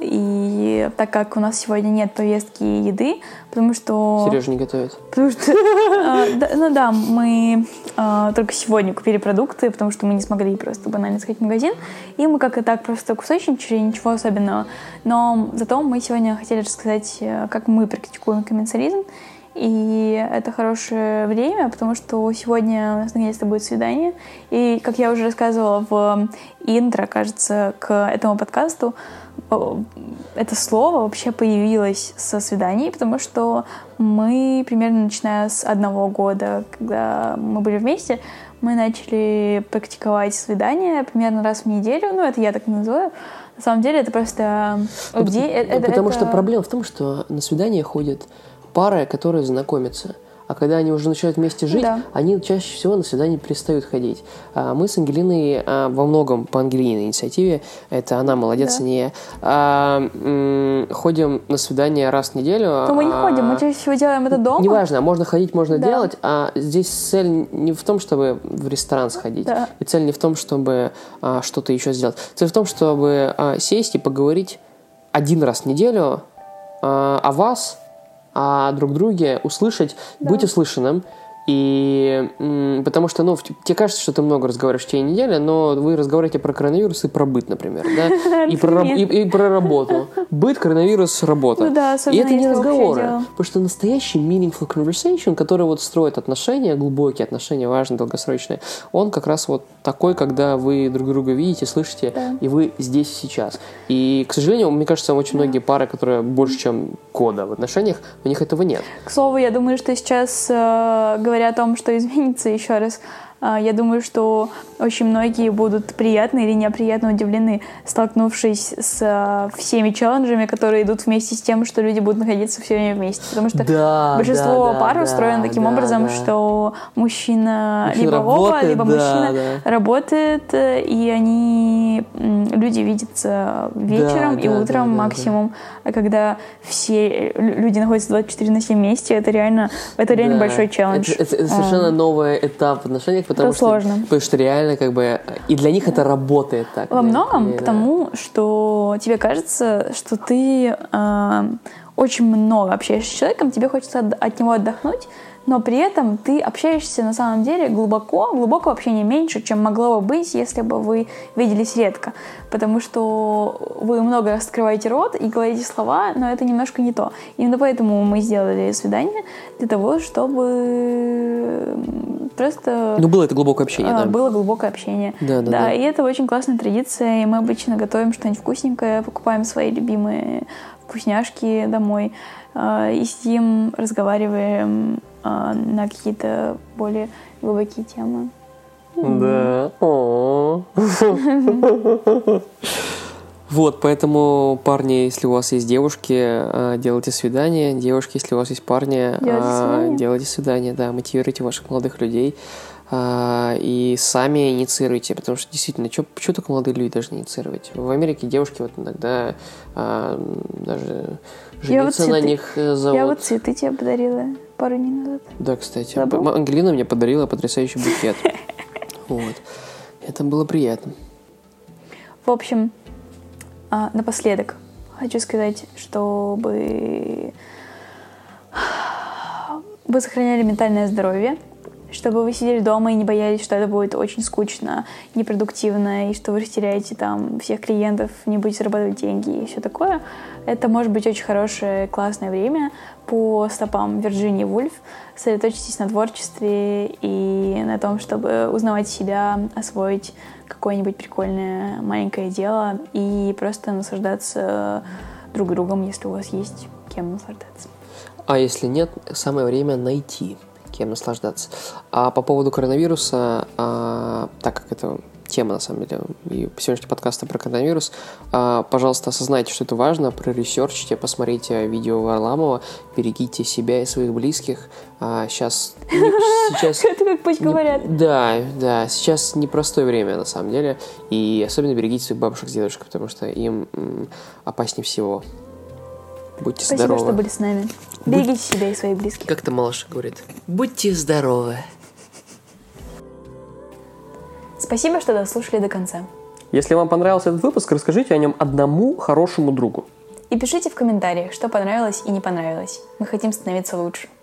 И так как у нас сегодня нет повестки еды, потому что... Сережа не готовит. Потому что... Ну да, мы только сегодня купили продукты, потому что мы не смогли просто банально сходить в магазин. И мы как-то так просто кусочничали, ничего особенного. Но зато мы сегодня хотели рассказать, как мы практикуем комменциализм. И это хорошее время, потому что сегодня у нас наконец-то будет свидание. И, как я уже рассказывала в интро, кажется, к этому подкасту, это слово вообще появилось со свиданий, потому что мы примерно начиная с одного года, когда мы были вместе, мы начали практиковать свидания примерно раз в неделю. Ну, это я так называю. На самом деле это просто... Ну, день, это, это, потому это... что проблема в том, что на свидания ходят пары, которые знакомятся. А когда они уже начинают вместе жить, да. они чаще всего на свидание перестают ходить. А мы с Ангелиной а, во многом по Ангелининой инициативе, это она молодец, да. не я, а, м- ходим на свидание раз в неделю. Но мы не а, ходим, мы чаще всего делаем это дома. Неважно, можно ходить, можно да. делать, а здесь цель не в том, чтобы в ресторан сходить. Да. И цель не в том, чтобы а, что-то еще сделать. Цель в том, чтобы а, сесть и поговорить один раз в неделю а, о вас, о друг друге, услышать, да. быть услышанным И м, потому что, ну, тебе кажется, что ты много разговариваешь в течение недели, но вы разговариваете про коронавирус и про быт, например, да, и про, и, и про работу. Быт, коронавирус, работа. Ну да, и это не разговоры, дело. потому что настоящий meaningful conversation, который вот строит отношения, глубокие отношения, важные, долгосрочные, он как раз вот такой, когда вы друг друга видите, слышите, да. и вы здесь и сейчас. И, к сожалению, мне кажется, очень да. многие пары, которые больше, чем года в отношениях, у них этого нет. К слову, я думаю, что сейчас, э, говоря о том, что изменится еще раз, э, я думаю, что очень многие будут приятно или неприятно удивлены, столкнувшись с э, всеми челленджами, которые идут вместе с тем, что люди будут находиться все время вместе. Потому что да, большинство да, пар да, устроено да, таким да, образом, да. что мужчина, мужчина либо работает, оба, либо да, мужчина да. работает, и они, люди видятся вечером да, и да, утром да, максимум. Да. А когда все люди находятся двадцать четыре на семь вместе, это реально, это реально да. большой челлендж. Это, это, это совершенно а. новый этап в отношениях, потому это что, сложно. потому что реально как бы и для них да. это работает так. Во многом да. потому, что тебе кажется, что ты э, очень много общаешься с человеком, тебе хочется от, от него отдохнуть, но при этом ты общаешься на самом деле глубоко, глубокого общения меньше, чем могло бы быть, если бы вы виделись редко. Потому что вы много раскрываете рот и говорите слова, но это немножко не то. Именно поэтому мы сделали свидание, для того, чтобы просто... Ну, было это глубокое общение, а, да? Было глубокое общение. Да, да, да, да. И это очень классная традиция, и мы обычно готовим что-нибудь вкусненькое, покупаем свои любимые вкусняшки домой, и сидим, разговариваем на какие-то более глубокие темы. Да. Вот, поэтому, парни, если у вас есть девушки, делайте свидание. Девушки, если у вас есть парни, делайте свидание. Делайте свидание, да, мотивируйте ваших молодых людей. И сами инициируйте, потому что действительно, что только молодые люди должны инициировать? В Америке девушки вот иногда а, даже жениться вот на них зовут. Я вот цветы тебе подарила пару дней назад. Да, кстати. Забыл? Ангелина мне подарила потрясающий букет. Вот. Это было приятно. В общем, напоследок хочу сказать, чтобы вы сохраняли ментальное здоровье, чтобы вы сидели дома и не боялись, что это будет очень скучно, непродуктивно, и что вы растеряете там всех клиентов, не будете зарабатывать деньги и все такое. Это может быть очень хорошее, классное время по стопам Вирджинии Вульф. Сосредоточьтесь на творчестве и на том, чтобы узнавать себя, освоить какое-нибудь прикольное маленькое дело и просто наслаждаться друг другом, если у вас есть кем наслаждаться. А если нет, самое время найти, кем наслаждаться. А по поводу коронавируса, а, так как это тема, на самом деле, и сегодняшний подкаст про коронавирус, а, пожалуйста, осознайте, что это важно, проресерчите, посмотрите видео Варламова, берегите себя и своих близких. А, сейчас... сейчас это как пусть говорят. Да, да, сейчас непростое время, на самом деле, и особенно берегите своих бабушек, дедушек, потому что им м, опаснее всего. Будьте Спасибо, здоровы. что были с нами. Берегите Будь... себя и своих близких. Как то малыш говорит? Будьте здоровы. Спасибо, что дослушали до конца. Если вам понравился этот выпуск, расскажите о нем одному хорошему другу. И пишите в комментариях, что понравилось и не понравилось. Мы хотим становиться лучше.